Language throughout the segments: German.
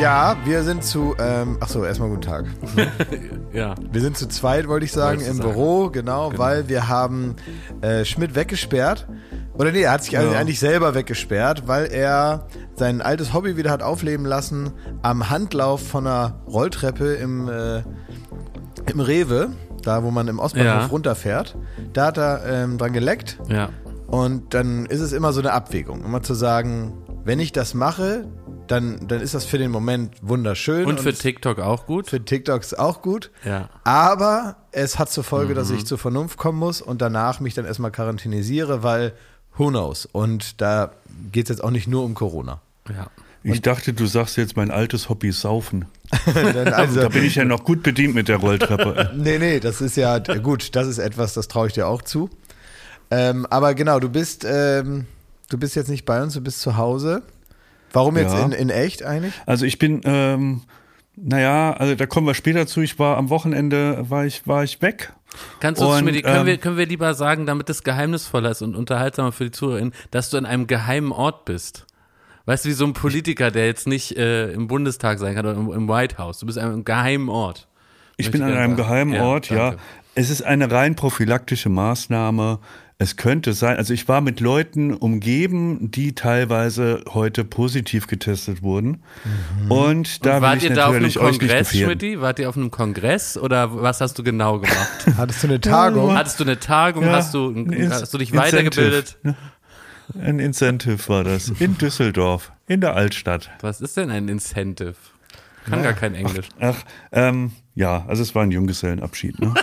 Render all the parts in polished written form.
Ja, wir sind zu, erstmal guten Tag. Ja. Wir sind zu zweit, wollte ich sagen, im Büro, genau, weil wir haben Schmidt weggesperrt. Oder nee, er hat sich eigentlich selber weggesperrt, weil er sein altes Hobby wieder hat aufleben lassen am Handlauf von einer Rolltreppe im Rewe, da wo man im Ostbahnhof runterfährt. Da hat er dran geleckt. Ja. Und dann ist es immer so eine Abwägung, immer zu sagen, wenn ich das mache, dann ist das für den Moment wunderschön. Und für TikTok auch gut. Für TikTok ist auch gut. Ja. Aber es hat zur Folge, dass ich zur Vernunft kommen muss und danach mich dann erstmal quarantänisiere, weil who knows? Und da geht es jetzt auch nicht nur um Corona. Ja. Ich dachte, du sagst jetzt, mein altes Hobby ist Saufen. Also, Da bin ich ja noch gut bedient mit der Rolltreppe. Nee, das ist ja gut, das ist etwas, das traue ich dir auch zu. Aber genau, du bist jetzt nicht bei uns, du bist zu Hause. Warum jetzt in echt eigentlich? Also ich bin, also da kommen wir später zu. Ich war am Wochenende, war ich weg. Kannst du, Schmidt, können wir lieber sagen, damit es geheimnisvoller ist und unterhaltsamer für die ZuhörerInnen, dass du an einem geheimen Ort bist? Weißt du, wie so ein Politiker, der jetzt nicht im Bundestag sein kann oder im White House. Du bist an einem geheimen Ort. Ich bin an einem geheimen Ort, ja. Es ist eine rein prophylaktische Maßnahme. Es könnte sein, also ich war mit Leuten umgeben, die teilweise heute positiv getestet wurden. Und da will ich natürlich euch nicht gefährden. Schmidti? Wart ihr auf einem Kongress oder was hast du genau gemacht? Hattest du eine Tagung? Hattest du eine Tagung? Ja, hast du dich weitergebildet? Ein Incentive war das. In Düsseldorf, in der Altstadt. Was ist denn ein Incentive? Kann gar kein Englisch. Also es war ein Junggesellenabschied, ne?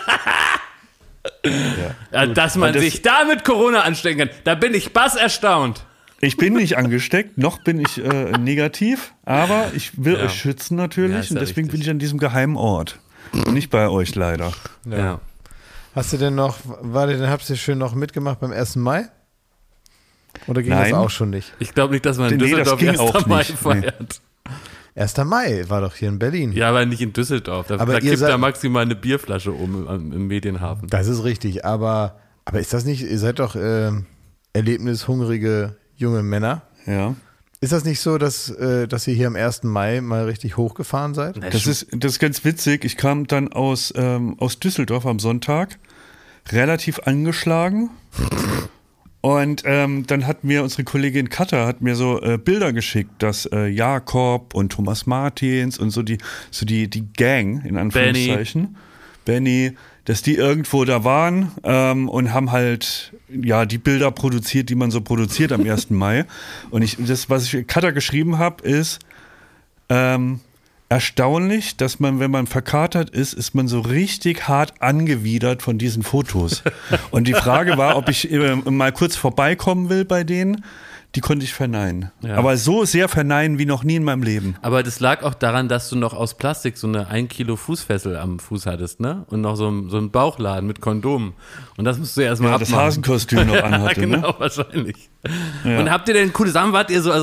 Dass man sich da mit Corona anstecken kann, da bin ich erstaunt. Ich bin nicht angesteckt, noch bin ich negativ, aber ich will euch schützen natürlich und deswegen bin ich an diesem geheimen Ort. Und nicht bei euch leider. Ja. Hast du denn noch, habt ihr schön noch mitgemacht beim 1. Mai? Oder ging Nein. das auch schon nicht? Ich glaube nicht, dass man in Düsseldorf 1. Mai feiert. 1. Mai war doch hier in Berlin. Ja, aber nicht in Düsseldorf. Da kippt da maximal eine Bierflasche im Medienhafen. Das ist richtig, aber ist das nicht, ihr seid doch erlebnishungrige junge Männer. Ja. Ist das nicht so, dass ihr hier am 1. Mai mal richtig hochgefahren seid? Das ist ganz witzig. Ich kam dann aus Düsseldorf am Sonntag, relativ angeschlagen. Und dann hat mir unsere Kollegin Katha so Bilder geschickt, dass Jakob und Thomas Martins und so die Gang, in Anführungszeichen, Benny, dass die irgendwo da waren und haben halt die Bilder produziert, die man so produziert am 1. Mai. Und was ich Katha geschrieben habe, ist erstaunlich, dass man, wenn man verkatert ist man so richtig hart angewidert von diesen Fotos. Und die Frage war, ob ich mal kurz vorbeikommen will bei denen. Die konnte ich verneinen. Ja. Aber so sehr verneinen wie noch nie in meinem Leben. Aber das lag auch daran, dass du noch aus Plastik so eine 1 Kilo Fußfessel am Fuß hattest, ne? Und noch so einen Bauchladen mit Kondomen. Und das musst du erstmal abmachen. Das Hasenkostüm noch anhatte, genau, ne? Wahrscheinlich. Ja. Und habt ihr denn coole Sachen? Wart ihr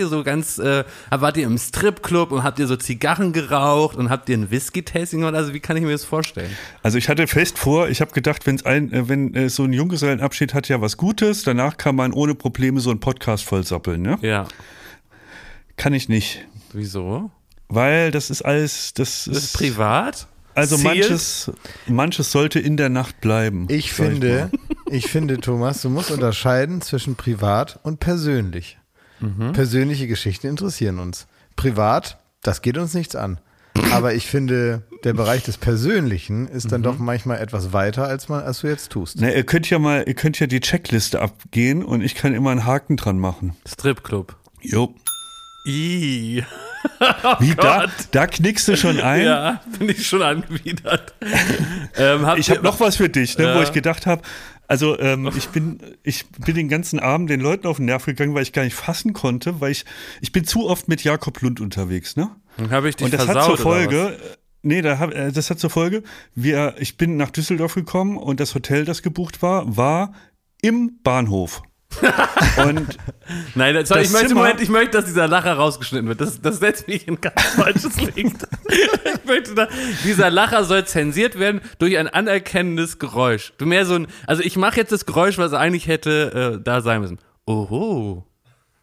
im Stripclub und habt ihr so Zigarren geraucht und habt ihr ein Whisky-Tasting oder also wie kann ich mir das vorstellen? Also ich hatte fest vor, ich habe gedacht, wenn so ein Junggesellenabschied hat ja was Gutes, danach kann man ohne Probleme so einen Podcast vollsappeln, ne? Ja. Kann ich nicht. Wieso? Weil das ist alles, das ist privat? Also manches sollte in der Nacht bleiben. Ich finde, Thomas, du musst unterscheiden zwischen privat und persönlich. Persönliche Geschichten interessieren uns. Privat, das geht uns nichts an. Aber ich finde, der Bereich des Persönlichen ist dann doch manchmal etwas weiter, als du jetzt tust. Na, ihr könnt ja die Checkliste abgehen und ich kann immer einen Haken dran machen. Stripclub. Jo. Wie, da knickst du schon ein? Ja, bin ich schon angewidert. Ich habe noch was für dich, ne, wo ich gedacht habe, also ich bin den ganzen Abend den Leuten auf den Nerv gegangen, weil ich gar nicht fassen konnte, weil ich bin zu oft mit Jakob Lund unterwegs, ne? Dann habe ich dich und das versaut, hat zur Folge, das hat zur Folge, ich bin nach Düsseldorf gekommen und das Hotel, das gebucht war im Bahnhof. Und nein, ich möchte, dass dieser Lacher rausgeschnitten wird. Das setzt mich in ein ganz falsches Licht. Dieser Lacher soll zensiert werden durch ein anerkennendes Geräusch. Ich mache jetzt das Geräusch, was eigentlich hätte da sein müssen. Oho.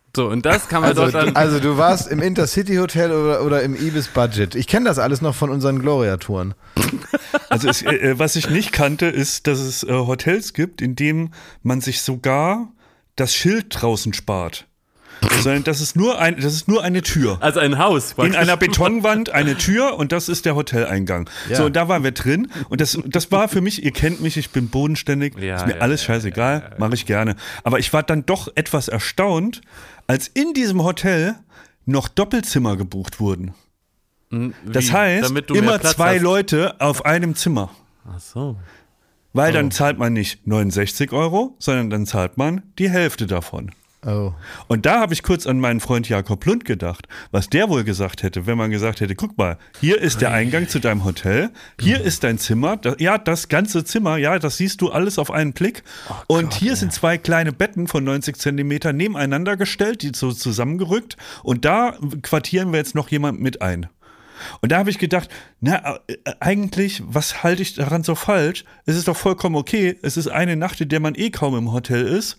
So, und das kann man dort dann... Also du warst im Intercity Hotel oder im Ibis Budget. Ich kenne das alles noch von unseren Gloria-Touren. Also was ich nicht kannte, ist, dass es Hotels gibt, in denen man sich sogar das Schild draußen spart. Sondern das ist nur eine Tür. Also ein Haus. In einer Betonwand eine Tür und das ist der Hoteleingang. Ja. So, und da waren wir drin und das war für mich, ihr kennt mich, ich bin bodenständig, ist mir alles scheißegal, mache ich gerne. Aber ich war dann doch etwas erstaunt, als in diesem Hotel noch Doppelzimmer gebucht wurden. Das heißt, immer 2 Leute auf einem Zimmer. Ach so. Weil dann zahlt man nicht 69 €, sondern dann zahlt man die Hälfte davon. Oh. Und da habe ich kurz an meinen Freund Jakob Lund gedacht, was der wohl gesagt hätte, wenn man gesagt hätte, guck mal, hier ist der Eingang zu deinem Hotel, hier ist dein Zimmer, das ganze Zimmer, das siehst du alles auf einen Blick und hier sind 2 kleine Betten von 90 Zentimeter nebeneinander gestellt, die so zusammengerückt und da quartieren wir jetzt noch jemand mit ein. Und da habe ich gedacht, eigentlich, was halte ich daran so falsch? Es ist doch vollkommen okay, es ist eine Nacht, in der man kaum im Hotel ist,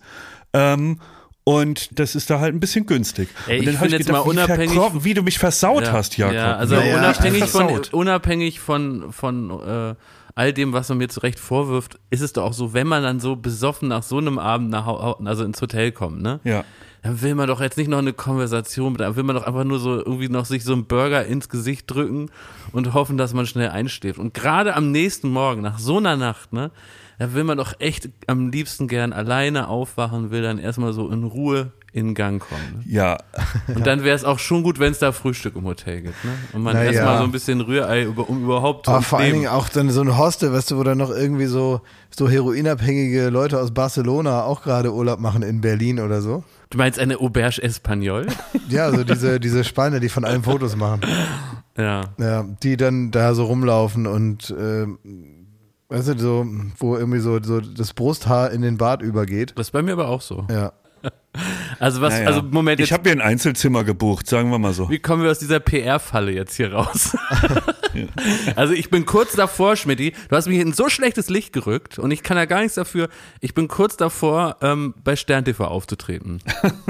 und das ist da halt ein bisschen günstig. Ey, und dann habe ich gedacht, wie du mich versaut hast, Jakob. Ja, also unabhängig von all dem, was man mir zu Recht vorwirft, ist es doch auch so, wenn man dann so besoffen nach so einem Abend also ins Hotel kommt, ne? Ja. Dann will man doch jetzt nicht noch eine Konversation, dann will man doch einfach nur so irgendwie noch sich so einen Burger ins Gesicht drücken und hoffen, dass man schnell einschläft. Und gerade am nächsten Morgen, nach so einer Nacht, ne, da will man doch echt am liebsten gern alleine aufwachen, will dann erstmal so in Ruhe in Gang kommen. Ne? Ja. Und dann wäre es auch schon gut, wenn es da Frühstück im Hotel gibt. Ne? Und man erstmal so ein bisschen Rührei, um überhaupt zu vor allen Dingen auch dann so ein Hostel, weißt du, wo dann noch irgendwie so heroinabhängige Leute aus Barcelona auch gerade Urlaub machen in Berlin oder so. Du meinst eine Auberge Espagnole? Ja, so diese Spanier, die von allem Fotos machen. Ja. Ja, die dann da so rumlaufen und weißt du, so, wo irgendwie so das Brusthaar in den Bart übergeht. Das ist bei mir aber auch so. Ja. Also Moment. Ich habe mir ein Einzelzimmer gebucht, sagen wir mal so. Wie kommen wir aus dieser PR-Falle jetzt hier raus? Also ich bin kurz davor, Schmidti, du hast mich in so schlechtes Licht gerückt und ich kann ja gar nichts dafür, ich bin kurz davor, bei Stern TV aufzutreten.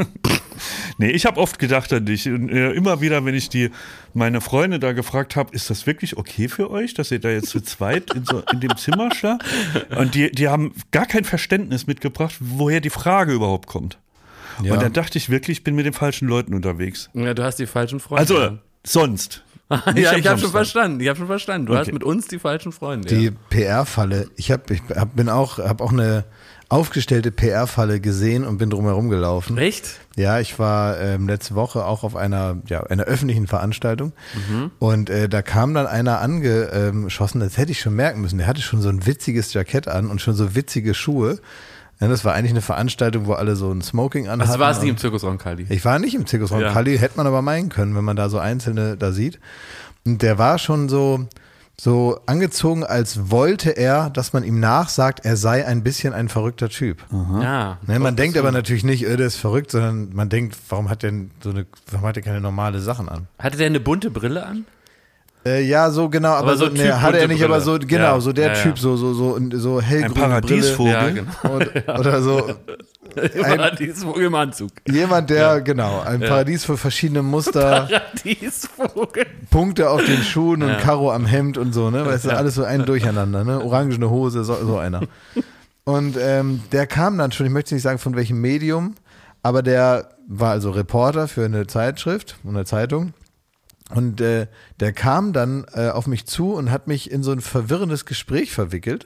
Nee, ich habe oft gedacht an dich. Und, immer wieder, wenn ich meine Freunde da gefragt habe, ist das wirklich okay für euch, dass ihr da jetzt zu zweit in dem Zimmer schlaft? Und die haben gar kein Verständnis mitgebracht, woher die Frage überhaupt kommt. Ja. Und dann dachte ich wirklich, ich bin mit den falschen Leuten unterwegs. Ja, du hast die falschen Freunde. Also, sonst. Ja, ich habe schon verstanden. Du hast mit uns die falschen Freunde. Die PR-Falle. Ich hab auch eine aufgestellte PR-Falle gesehen und bin drumherum gelaufen. Echt? Ja, ich war letzte Woche auch auf einer öffentlichen Veranstaltung und da kam dann einer angeschossen, das hätte ich schon merken müssen. Der hatte schon so ein witziges Jackett an und schon so witzige Schuhe. Ja, das war eigentlich eine Veranstaltung, wo alle so ein Smoking anhatten. Also war es nicht im Zirkus Roncalli? Ich war nicht im Zirkus Roncalli, hätte man aber meinen können, wenn man da so Einzelne da sieht. Und der war schon so angezogen, als wollte er, dass man ihm nachsagt, er sei ein bisschen ein verrückter Typ. Ja. Ne, man denkt aber natürlich nicht, der ist verrückt, sondern man denkt, warum hat der keine normale Sachen an? Hatte der eine bunte Brille an? Ja, so genau, aber so hatte er nicht, Brille. Aber so genau, so der Typ, so hellgrüne ein Paradiesvogel, Brille. Genau. Oder so ein Paradiesvogel im Anzug. Jemand, der ein Paradies für verschiedene Muster, Paradiesvogel, Punkte auf den Schuhen und Karo am Hemd und so, ne, weißt du, alles so ein Durcheinander, ne, orangene Hose, so einer. Und der kam dann schon, ich möchte nicht sagen von welchem Medium, aber der war also Reporter für eine Zeitschrift, eine Zeitung. Und der kam dann auf mich zu und hat mich in so ein verwirrendes Gespräch verwickelt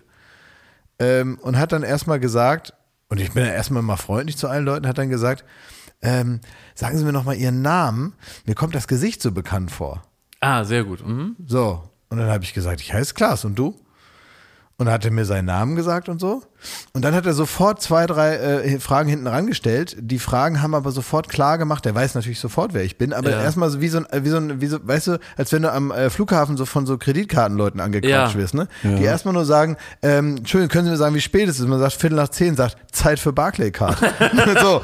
und hat dann erstmal gesagt, und ich bin ja erstmal mal freundlich zu allen Leuten, hat dann gesagt, sagen Sie mir nochmal Ihren Namen, mir kommt das Gesicht so bekannt vor. Ah, sehr gut. So, und dann habe ich gesagt, ich heiße Klaas und du? Und hat er mir seinen Namen gesagt und so. Und dann hat er sofort 2, 3 Fragen hinten rangestellt. Die Fragen haben aber sofort klar gemacht. Der weiß natürlich sofort, wer ich bin. Aber erstmal so wie so, weißt du, als wenn du am Flughafen so von so Kreditkartenleuten angequatscht wirst, ne? Ja. Die erstmal nur sagen, Entschuldigung, können Sie mir sagen, wie spät es ist? Man sagt 9:15, sagt Zeit für Barclaycard. So,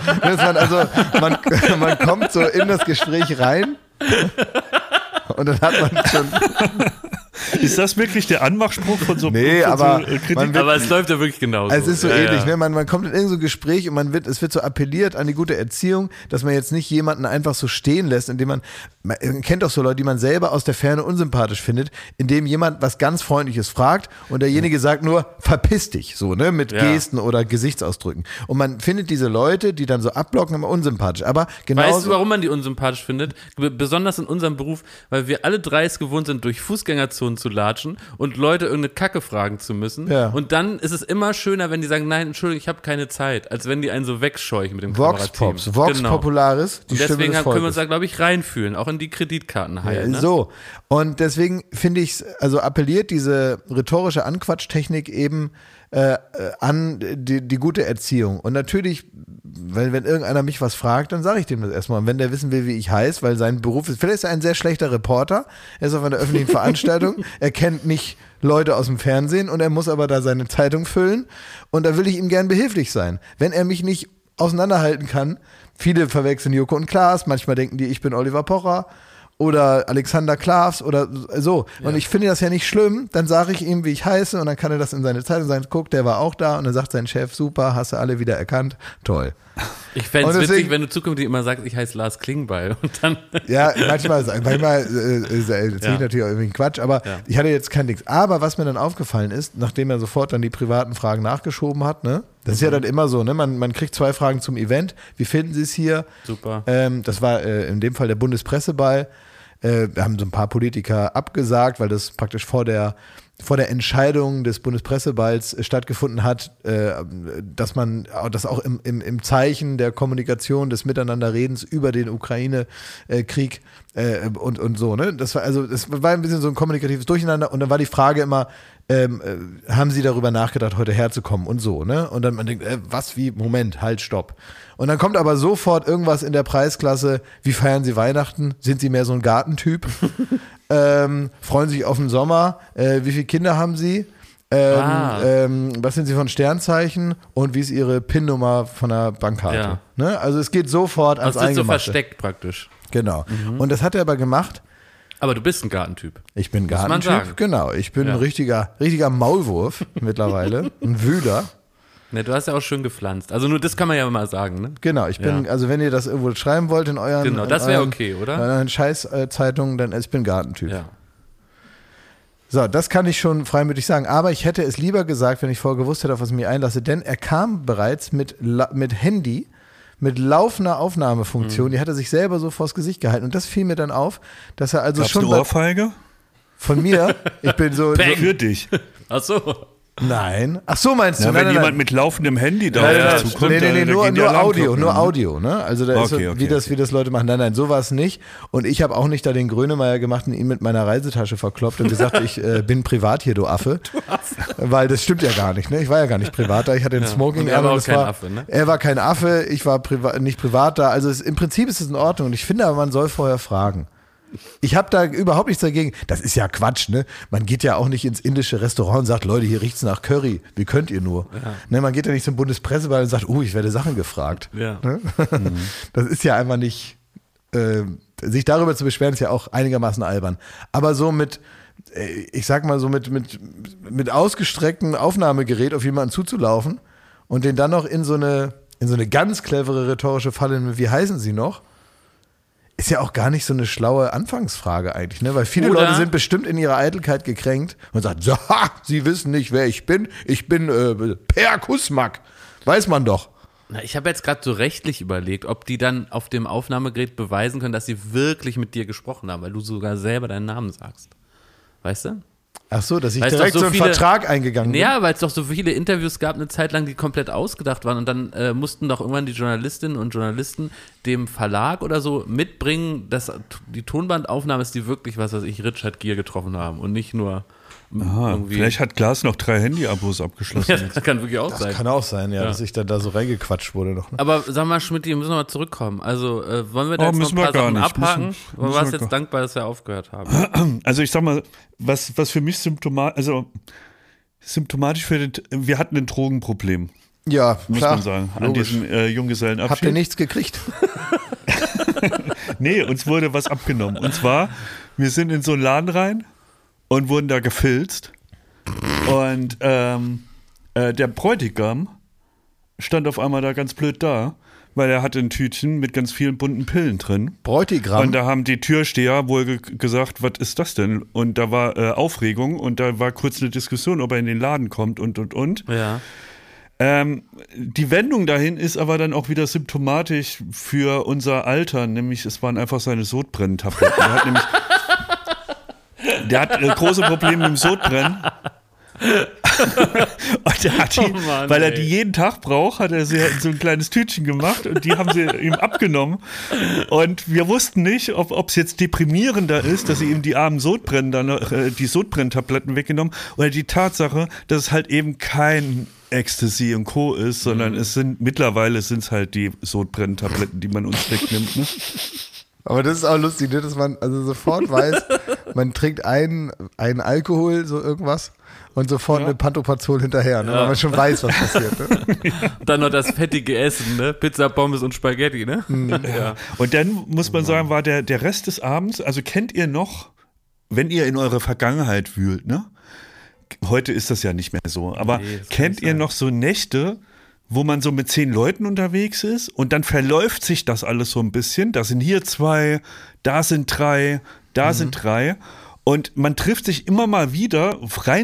man kommt so in das Gespräch rein. Und dann hat man schon. Ist das wirklich der Anmachspruch von so Nee, aber es läuft ja wirklich genauso. Es ist so ähnlich, ne? Man kommt in irgendein so Gespräch und es wird so appelliert an die gute Erziehung, dass man jetzt nicht jemanden einfach so stehen lässt, indem man kennt doch so Leute, die man selber aus der Ferne unsympathisch findet, indem jemand was ganz Freundliches fragt und derjenige sagt nur, verpiss dich, so, ne? Mit Gesten oder Gesichtsausdrücken. Und man findet diese Leute, die dann so abblocken, immer unsympathisch. Aber genauso. Weißt du, warum man die unsympathisch findet? Besonders in unserem Beruf, weil wir alle drei es gewohnt sind, durch Fußgängerzonen zu latschen und Leute irgendeine Kacke fragen zu müssen. Ja. Und dann ist es immer schöner, wenn die sagen, nein, Entschuldigung, ich habe keine Zeit, als wenn die einen so wegscheuchen mit dem Kamerateam. Vox Popularis, die Stimme des Volkes. Deswegen können wir uns da, glaube ich, reinfühlen, auch in die Kreditkartenhaie. Ne? So, und deswegen finde ich, also appelliert diese rhetorische Anquatschtechnik eben an die gute Erziehung. Und natürlich, wenn irgendeiner mich was fragt, dann sage ich dem das erstmal. Und wenn der wissen will, wie ich heiße, weil sein Beruf ist, vielleicht ist er ein sehr schlechter Reporter, er ist auf einer öffentlichen Veranstaltung, er kennt nicht Leute aus dem Fernsehen und er muss aber da seine Zeitung füllen und da will ich ihm gern behilflich sein. Wenn er mich nicht auseinanderhalten kann, viele verwechseln Joko und Klaas, manchmal denken die, ich bin Oliver Pocher oder Alexander Klavs oder so. Ja. Und ich finde das ja nicht schlimm. Dann sage ich ihm, wie ich heiße und dann kann er das in seine Zeitung sagen, guck, der war auch da und dann sagt sein Chef, super, hast du alle wieder erkannt, toll. Ich fände es witzig, wenn du zukünftig immer sagst, ich heiße Lars Klingbeil und dann... Ja, manchmal erzähle ich natürlich auch irgendwie Quatsch, aber ich hatte jetzt kein Dings. Aber was mir dann aufgefallen ist, nachdem er sofort dann die privaten Fragen nachgeschoben hat, ne? Das ist ja dann immer so, ne? Man kriegt 2 Fragen zum Event. Wie finden Sie es hier? Super. Das war in dem Fall der Bundespresseball. Wir haben so ein paar Politiker abgesagt, weil das praktisch vor der Entscheidung des Bundespresseballs stattgefunden hat, dass man das auch im Zeichen der Kommunikation, des Miteinanderredens über den Ukraine-Krieg und so, ne? Das war ein bisschen so ein kommunikatives Durcheinander und dann war die Frage immer, haben Sie darüber nachgedacht, heute herzukommen und so, ne? Und dann man denkt, was, wie, Moment, halt, stopp. Und dann kommt aber sofort irgendwas in der Preisklasse, wie feiern Sie Weihnachten? Sind Sie mehr so ein Gartentyp? Freuen Sie sich auf den Sommer? Wie viele Kinder haben Sie? Was sind Sie von Sternzeichen? Und wie ist Ihre PIN-Nummer von der Bankkarte? Ja. Ne? Also es geht sofort ans Eingemachte. Also so versteckt praktisch. Genau. Und das hat er aber gemacht. Aber du bist ein Gartentyp. Ich bin ein Gartentyp, genau. Ich bin ein richtiger Maulwurf mittlerweile, ein Wühler. Ne, du hast ja auch schön gepflanzt. Also nur das kann man ja mal sagen, ne? Genau, ich bin, also wenn ihr das irgendwo schreiben wollt in euren... Genau, das wäre okay, oder? In euren Scheißzeitungen, dann ich bin Gartentyp. Ja. So, das kann ich schon freimütig sagen. Aber ich hätte es lieber gesagt, wenn ich vorher gewusst hätte, auf was ich mich einlasse, denn er kam bereits mit Handy, mit laufender Aufnahmefunktion, die hat er sich selber so vors Gesicht gehalten. Und das fiel mir dann auf, dass er also schon... Eine Ohrfeige? Von mir? Ich bin so... Für dich. Ach so. Nein. Ach so, meinst du? Ja, wenn jemand mit laufendem Handy da auf dich zukommt, nur Audio, ne? Also da ist so, wie das Leute machen. Nein, so war es nicht. Und ich habe auch nicht da den Grönemeyer gemacht und ihn mit meiner Reisetasche verkloppt und gesagt, ich bin privat hier, du Affe. Weil das stimmt ja gar nicht, ne? Ich war ja gar nicht privat da. Ich hatte den Smoking. Er war auch kein Affe, ne? Er war kein Affe, ich war nicht privat da. Also im Prinzip ist es in Ordnung. Und ich finde aber, man soll vorher fragen. Ich habe da überhaupt nichts dagegen. Das ist ja Quatsch, ne? Man geht ja auch nicht ins indische Restaurant und sagt, Leute, hier riecht's nach Curry. Wie könnt ihr nur? Ja. Ne, man geht ja nicht zum Bundespresseball und sagt, ich werde Sachen gefragt. Ja. Ne? Das ist ja einfach nicht, sich darüber zu beschweren, ist ja auch einigermaßen albern. Aber so mit ausgestrecktem Aufnahmegerät auf jemanden zuzulaufen und den dann noch in so eine ganz clevere rhetorische Falle, wie heißen Sie noch? Ist ja auch gar nicht so eine schlaue Anfangsfrage eigentlich, ne? Weil viele Leute sind bestimmt in ihrer Eitelkeit gekränkt und sagen, so, Sie wissen nicht, wer ich bin. Ich bin Per Kusmak. Weiß man doch. Na, ich habe jetzt gerade so rechtlich überlegt, ob die dann auf dem Aufnahmegerät beweisen können, dass sie wirklich mit dir gesprochen haben, weil du sogar selber deinen Namen sagst. Weißt du? Ach so, dass ich direkt so einen Vertrag eingegangen bin. Ja, weil es doch so viele Interviews gab, eine Zeit lang, die komplett ausgedacht waren und dann mussten doch irgendwann die Journalistinnen und Journalisten dem Verlag oder so mitbringen, dass die Tonbandaufnahme ist, die wirklich, was weiß ich, Richard Gere getroffen haben und nicht nur irgendwie... Vielleicht hat Klaas noch 3 Handy-Abos abgeschlossen. Ja, das kann wirklich auch sein. Das kann auch sein, ja, dass ich dann da so reingequatscht wurde noch. Ne? Aber sag mal, Schmidt, wir müssen noch mal zurückkommen. Also wollen wir da jetzt noch ein paar Sachen abhaken? Oder warst du jetzt dankbar, dass wir aufgehört haben? Also ich sag mal, was für mich symptomatisch wir hatten ein Drogenproblem. Ja, muss klar, man sagen, an diesem Junggesellenabschied. Habt ihr nichts gekriegt? Nee, uns wurde was abgenommen. Und zwar, wir sind in so einen Laden rein und wurden da gefilzt. Und der Bräutigam stand auf einmal da ganz blöd da, weil er hatte ein Tütchen mit ganz vielen bunten Pillen drin. Bräutigam? Und da haben die Türsteher wohl gesagt, was ist das denn? Und da war Aufregung und da war kurz eine Diskussion, ob er in den Laden kommt und. Ja. Die Wendung dahin ist aber dann auch wieder symptomatisch für unser Alter, nämlich es waren einfach seine Sodbrenntabletten. Der hat große Probleme mit dem Sodbrennen. Und der hat die, weil er die jeden Tag braucht, hat er sie in so ein kleines Tütchen gemacht und die haben sie ihm abgenommen. Und wir wussten nicht, ob es jetzt deprimierender ist, dass sie ihm die armen die Sodbrenntabletten weggenommen, oder die Tatsache, dass es halt eben kein Ecstasy und Co. ist, sondern mittlerweile sind es halt die Sodbrenntabletten, die man uns wegnimmt. Ne? Aber das ist auch lustig, ne? Dass man also sofort weiß, man trinkt einen Alkohol, so irgendwas, und sofort eine Pantoprazol hinterher, ne? Weil man schon weiß, was passiert. Ne? Dann noch das fettige Essen, ne? Pizza, Pommes und Spaghetti, ne? Ja. Und dann muss man sagen, war der Rest des Abends, also kennt ihr noch, wenn ihr in eure Vergangenheit wühlt, ne? Heute ist das ja nicht mehr so, aber kennt ihr noch so Nächte, wo man so mit 10 Leuten unterwegs ist und dann verläuft sich das alles so ein bisschen. Da sind hier 2, da sind 3, da sind 3 und man trifft sich immer mal wieder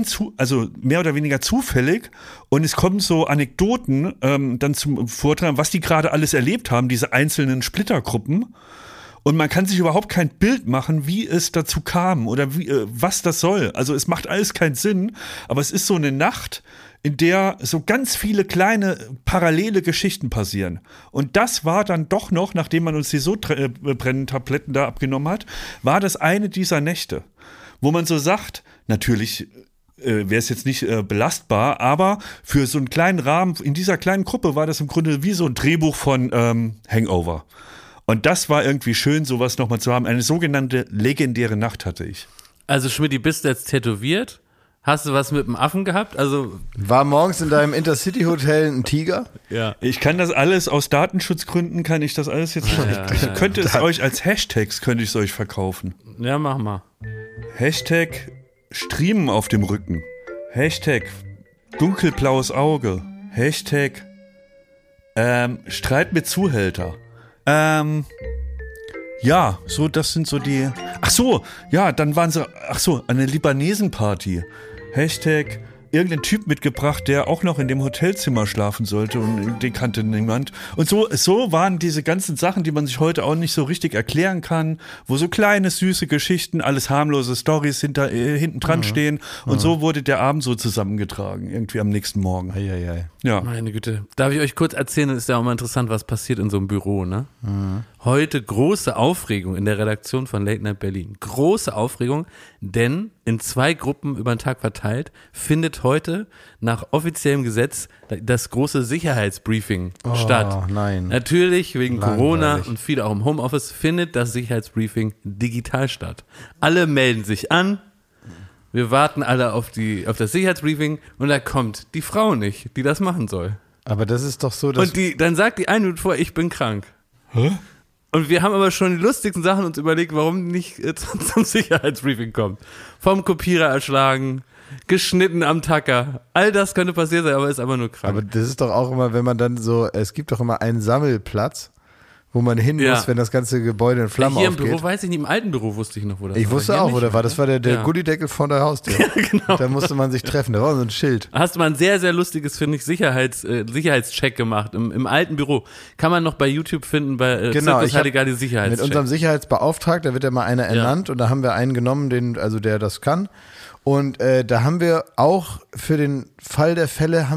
also mehr oder weniger zufällig und es kommen so Anekdoten dann zum Vortrag, was die gerade alles erlebt haben, diese einzelnen Splittergruppen. Und man kann sich überhaupt kein Bild machen, wie es dazu kam oder was das soll. Also es macht alles keinen Sinn, aber es ist so eine Nacht, in der so ganz viele kleine parallele Geschichten passieren. Und das war dann doch noch, nachdem man uns die Sodbrenntabletten da abgenommen hat, war das eine dieser Nächte, wo man so sagt, natürlich wäre es jetzt nicht belastbar, aber für so einen kleinen Rahmen, in dieser kleinen Gruppe war das im Grunde wie so ein Drehbuch von Hangover. Und das war irgendwie schön, sowas nochmal zu haben. Eine sogenannte legendäre Nacht hatte ich. Also Schmidti, bist du jetzt tätowiert? Hast du was mit dem Affen gehabt? Also war morgens in deinem Intercity-Hotel ein Tiger? Ja. Ich kann das alles, aus Datenschutzgründen kann ich das alles jetzt ich könnte es euch als Hashtags, könnte ich es euch verkaufen. Ja, mach mal. Hashtag Striemen auf dem Rücken. Hashtag dunkelblaues Auge. Hashtag Streit mit Zuhälter. Ja, so, das sind so die. Ach so, ja, dann waren sie. Ach so, eine Libanesen-Party. Hashtag irgendein Typ mitgebracht, der auch noch in dem Hotelzimmer schlafen sollte und den kannte niemand. Und so waren diese ganzen Sachen, die man sich heute auch nicht so richtig erklären kann, wo so kleine, süße Geschichten, alles harmlose Storys hinten dran stehen. Und so wurde der Abend so zusammengetragen, irgendwie am nächsten Morgen. Ja. Meine Güte. Darf ich euch kurz erzählen, das ist ja auch mal interessant, was passiert in so einem Büro, ne? Heute große Aufregung in der Redaktion von Late Night Berlin. Große Aufregung, denn in 2 Gruppen über den Tag verteilt findet heute nach offiziellem Gesetz das große Sicherheitsbriefing statt. Nein. Natürlich wegen Corona und viele auch im Homeoffice findet das Sicherheitsbriefing digital statt. Alle melden sich an. Wir warten alle auf das Sicherheitsbriefing und da kommt die Frau nicht, die das machen soll. Aber das ist doch so, dass... Und dann sagt die 1 Minute vor, ich bin krank. Hä? Und wir haben aber schon die lustigsten Sachen uns überlegt, warum nicht zum Sicherheitsbriefing kommt. Vom Kopierer erschlagen, geschnitten am Tacker. All das könnte passiert sein, aber ist aber nur krank. Aber das ist doch auch immer, wenn man dann so, es gibt doch immer einen Sammelplatz, wo man hin muss, wenn das ganze Gebäude in Flammen aufgeht. Hier im Büro weiß ich nicht, im alten Büro wusste ich noch, wo das war. Ich wusste auch, wo der war. Das war der Gullideckel von der Haustür. Ja, genau. Da musste man sich treffen, da war so ein Schild. Hast du mal ein sehr, sehr lustiges, finde ich, Sicherheitscheck gemacht im alten Büro. Kann man noch bei YouTube finden, bei Zirkus Halligalli Sicherheitscheck. Mit unserem Sicherheitsbeauftragten, da wird ja mal einer ernannt und da haben wir einen genommen, der das kann. Und da haben wir auch für den Fall der Fälle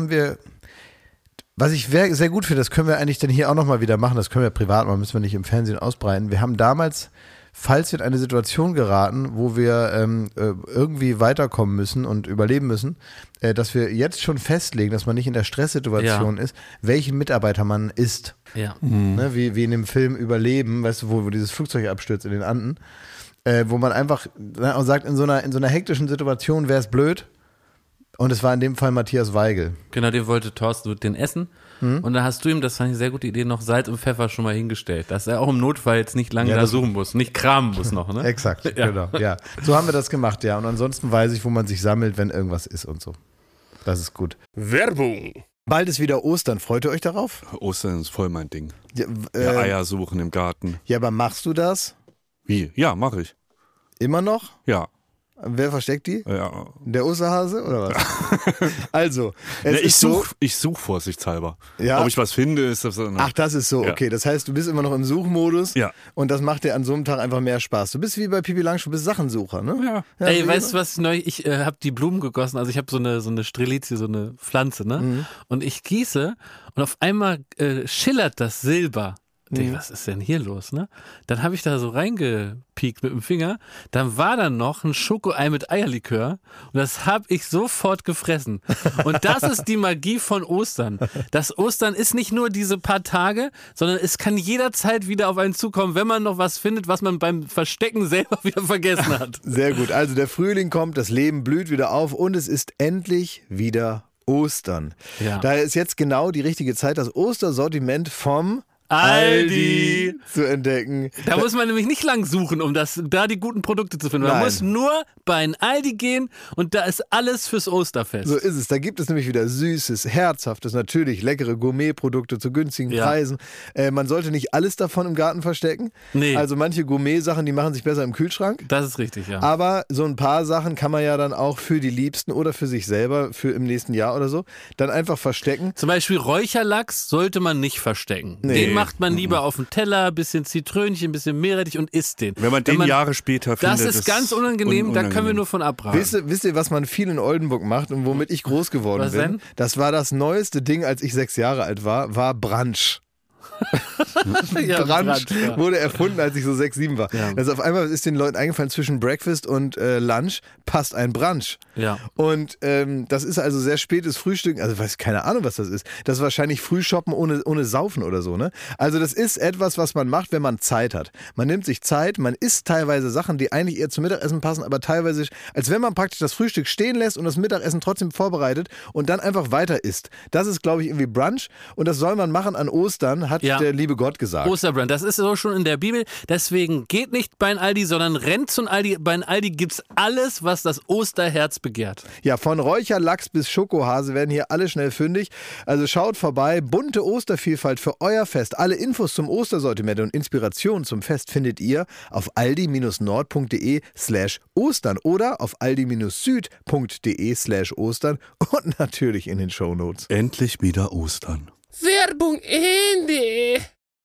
was ich sehr gut finde, das können wir eigentlich dann hier auch nochmal wieder machen, das können wir privat machen, müssen wir nicht im Fernsehen ausbreiten. Wir haben damals, falls wir in eine Situation geraten, wo wir irgendwie weiterkommen müssen und überleben müssen, dass wir jetzt schon festlegen, dass man nicht in der Stresssituation ist, welchen Mitarbeiter man ist. Ja. Ne, wie in dem Film Überleben, weißt du, wo dieses Flugzeug abstürzt in den Anden, wo man einfach sagt, in so einer hektischen Situation wäre es blöd. Und es war in dem Fall Matthias Weigel. Genau, den wollte Thorsten den essen. und dann hast du ihm, das fand ich eine sehr gute Idee, noch Salz und Pfeffer schon mal hingestellt, dass er auch im Notfall jetzt nicht lange da suchen muss, nicht kramen muss noch, ne? Exakt, genau, ja. So haben wir das gemacht, ja. Und ansonsten weiß ich, wo man sich sammelt, wenn irgendwas ist und so. Das ist gut. Werbung. Bald ist wieder Ostern. Freut ihr euch darauf? Ostern ist voll mein Ding. Ja, Eier suchen im Garten. Ja, aber machst du das? Wie? Ja, mache ich. Immer noch? Ja. Wer versteckt die? Ja. Der Osterhase oder was? Also, ich such vorsichtshalber. Ja? Ob ich was finde, ist das so. Ach, das ist so, okay. Das heißt, du bist immer noch im Suchmodus und das macht dir an so einem Tag einfach mehr Spaß. Du bist wie bei Pippi Langstrumpf, du bist Sachensucher, ne? Ja. Ey, weißt du was neu? Ich habe die Blumen gegossen, also ich habe so eine Strelizie, so eine Pflanze, ne? Mhm. Und ich gieße und auf einmal schillert das Silber. Was ist denn hier los, ne? Dann habe ich da so reingepiekt mit dem Finger. Dann war da noch ein Schokoei mit Eierlikör und das habe ich sofort gefressen. Und das ist die Magie von Ostern. Das Ostern ist nicht nur diese paar Tage, sondern es kann jederzeit wieder auf einen zukommen, wenn man noch was findet, was man beim Verstecken selber wieder vergessen hat. Sehr gut. Also der Frühling kommt, das Leben blüht wieder auf und es ist endlich wieder Ostern. Ja. Daher ist jetzt genau die richtige Zeit, das Ostersortiment vom Aldi zu entdecken. Da muss man nämlich nicht lang suchen, um da die guten Produkte zu finden. Man muss nur bei einem Aldi gehen und da ist alles fürs Osterfest. So ist es. Da gibt es nämlich wieder Süßes, Herzhaftes, natürlich leckere Gourmetprodukte zu günstigen Preisen. Man sollte nicht alles davon im Garten verstecken. Nee. Also manche Gourmet-Sachen, die machen sich besser im Kühlschrank. Das ist richtig, ja. Aber so ein paar Sachen kann man ja dann auch für die Liebsten oder für sich selber, für im nächsten Jahr oder so, dann einfach verstecken. Zum Beispiel Räucherlachs sollte man nicht verstecken. Nee. Den macht man lieber auf den Teller, bisschen Zitrönchen, bisschen Meerrettich und isst den. Wenn man den Jahre später findet. Das ist ganz unangenehm, da können wir nur von abraten. Wisst ihr, was man viel in Oldenburg macht und womit ich groß geworden bin? Denn? Das war das neueste Ding, als ich 6 Jahre alt war Brunch. Brunch wurde erfunden, als ich so 6, 7 war. Ja. Also auf einmal ist den Leuten eingefallen, zwischen Breakfast und Lunch passt ein Brunch. Ja. Und das ist also sehr spätes Frühstück, also weiß keine Ahnung, was das ist. Das ist wahrscheinlich Frühshoppen ohne Saufen oder so, ne? Also das ist etwas, was man macht, wenn man Zeit hat. Man nimmt sich Zeit, man isst teilweise Sachen, die eigentlich eher zum Mittagessen passen, aber teilweise, als wenn man praktisch das Frühstück stehen lässt und das Mittagessen trotzdem vorbereitet und dann einfach weiter isst. Das ist, glaube ich, irgendwie Brunch und das soll man machen an Ostern, hat der liebe Gott gesagt. Osterbrunch, das ist so schon in der Bibel. Deswegen geht nicht bei Aldi, sondern rennt zum Aldi. Bei Aldi gibt's alles, was das Osterherz begehrt. Ja, von Räucherlachs bis Schokohase werden hier alle schnell fündig. Also schaut vorbei. Bunte Ostervielfalt für euer Fest. Alle Infos zum Ostersortiment und Inspiration zum Fest findet ihr auf aldi-nord.de/Ostern oder auf aldi-süd.de/Ostern und natürlich in den Shownotes. Endlich wieder Ostern. Werbung Ende.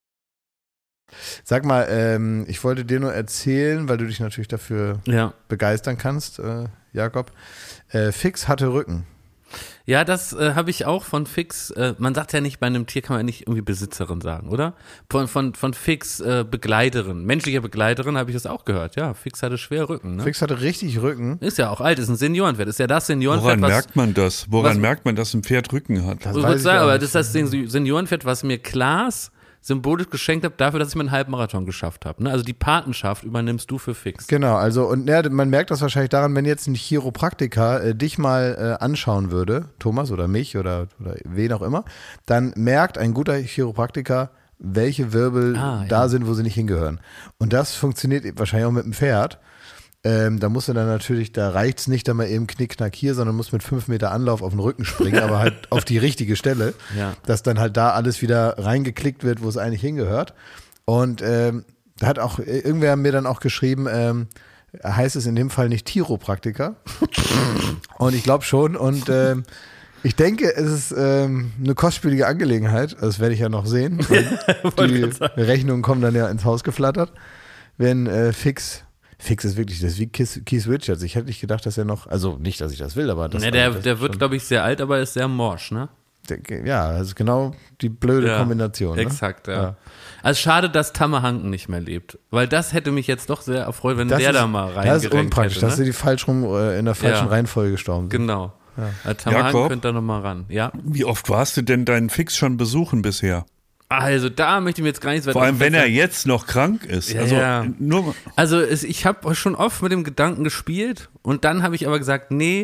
Sag mal, ich wollte dir nur erzählen, weil du dich natürlich dafür begeistern kannst, Jakob. Fix hatte Rücken. Ja, das habe ich auch von Fix. Man sagt ja nicht, bei einem Tier kann man nicht irgendwie Besitzerin sagen, oder? Von Fix Begleiterin, menschlicher Begleiterin habe ich das auch gehört. Ja, Fix hatte schwer Rücken. Ne? Fix hatte richtig Rücken. Ist ja auch alt, ist ein Seniorenpferd. Ist ja das Seniorenpferd. Woran merkt man das? Woran merkt man, dass ein Pferd Rücken hat? Das weiß ich sagen, aber das ist das Seniorenpferd, was mir Klaas symbolisch geschenkt habe dafür, dass ich meinen Halbmarathon geschafft habe. Ne? Also die Patenschaft übernimmst du für Fix. Genau, also und man merkt das wahrscheinlich daran, wenn jetzt ein Chiropraktiker dich mal anschauen würde, Thomas oder mich oder wen auch immer, dann merkt ein guter Chiropraktiker, welche Wirbel da sind, wo sie nicht hingehören. Und das funktioniert wahrscheinlich auch mit dem Pferd. Da musst du dann natürlich, da reicht es nicht, da mal eben knick-knack hier, sondern musst mit 5 Meter Anlauf auf den Rücken springen, aber halt auf die richtige Stelle, dass dann halt da alles wieder reingeklickt wird, wo es eigentlich hingehört. Und da hat auch irgendwer mir dann auch geschrieben, heißt es in dem Fall nicht Chiropraktiker. Und ich glaube schon und ich denke, es ist eine kostspielige Angelegenheit, das werde ich ja noch sehen. Die Rechnungen kommen dann ja ins Haus geflattert, wenn Fix ist wirklich, das ist wie Keith Richards. Ich hätte nicht gedacht, dass er noch, also nicht, dass ich das will, aber das der wird, glaube ich, sehr alt, aber ist sehr morsch, ne? Ja, das ist genau die blöde Kombination. Exakt, ja. Also schade, dass Tamme Hanken nicht mehr lebt, weil das hätte mich jetzt doch sehr erfreut, wenn der da mal reingerenkt hätte. Das ist unpraktisch, dass sie die in der falschen Reihenfolge gestorben sind. Genau. Ja. Tamme Hanken könnte da nochmal ran. Ja. Wie oft warst du denn deinen Fix schon besuchen bisher? Also da möchte ich mir jetzt gar nichts weiter. Vor allem, wenn er jetzt noch krank ist. Ich habe schon oft mit dem Gedanken gespielt und dann habe ich aber gesagt, nee,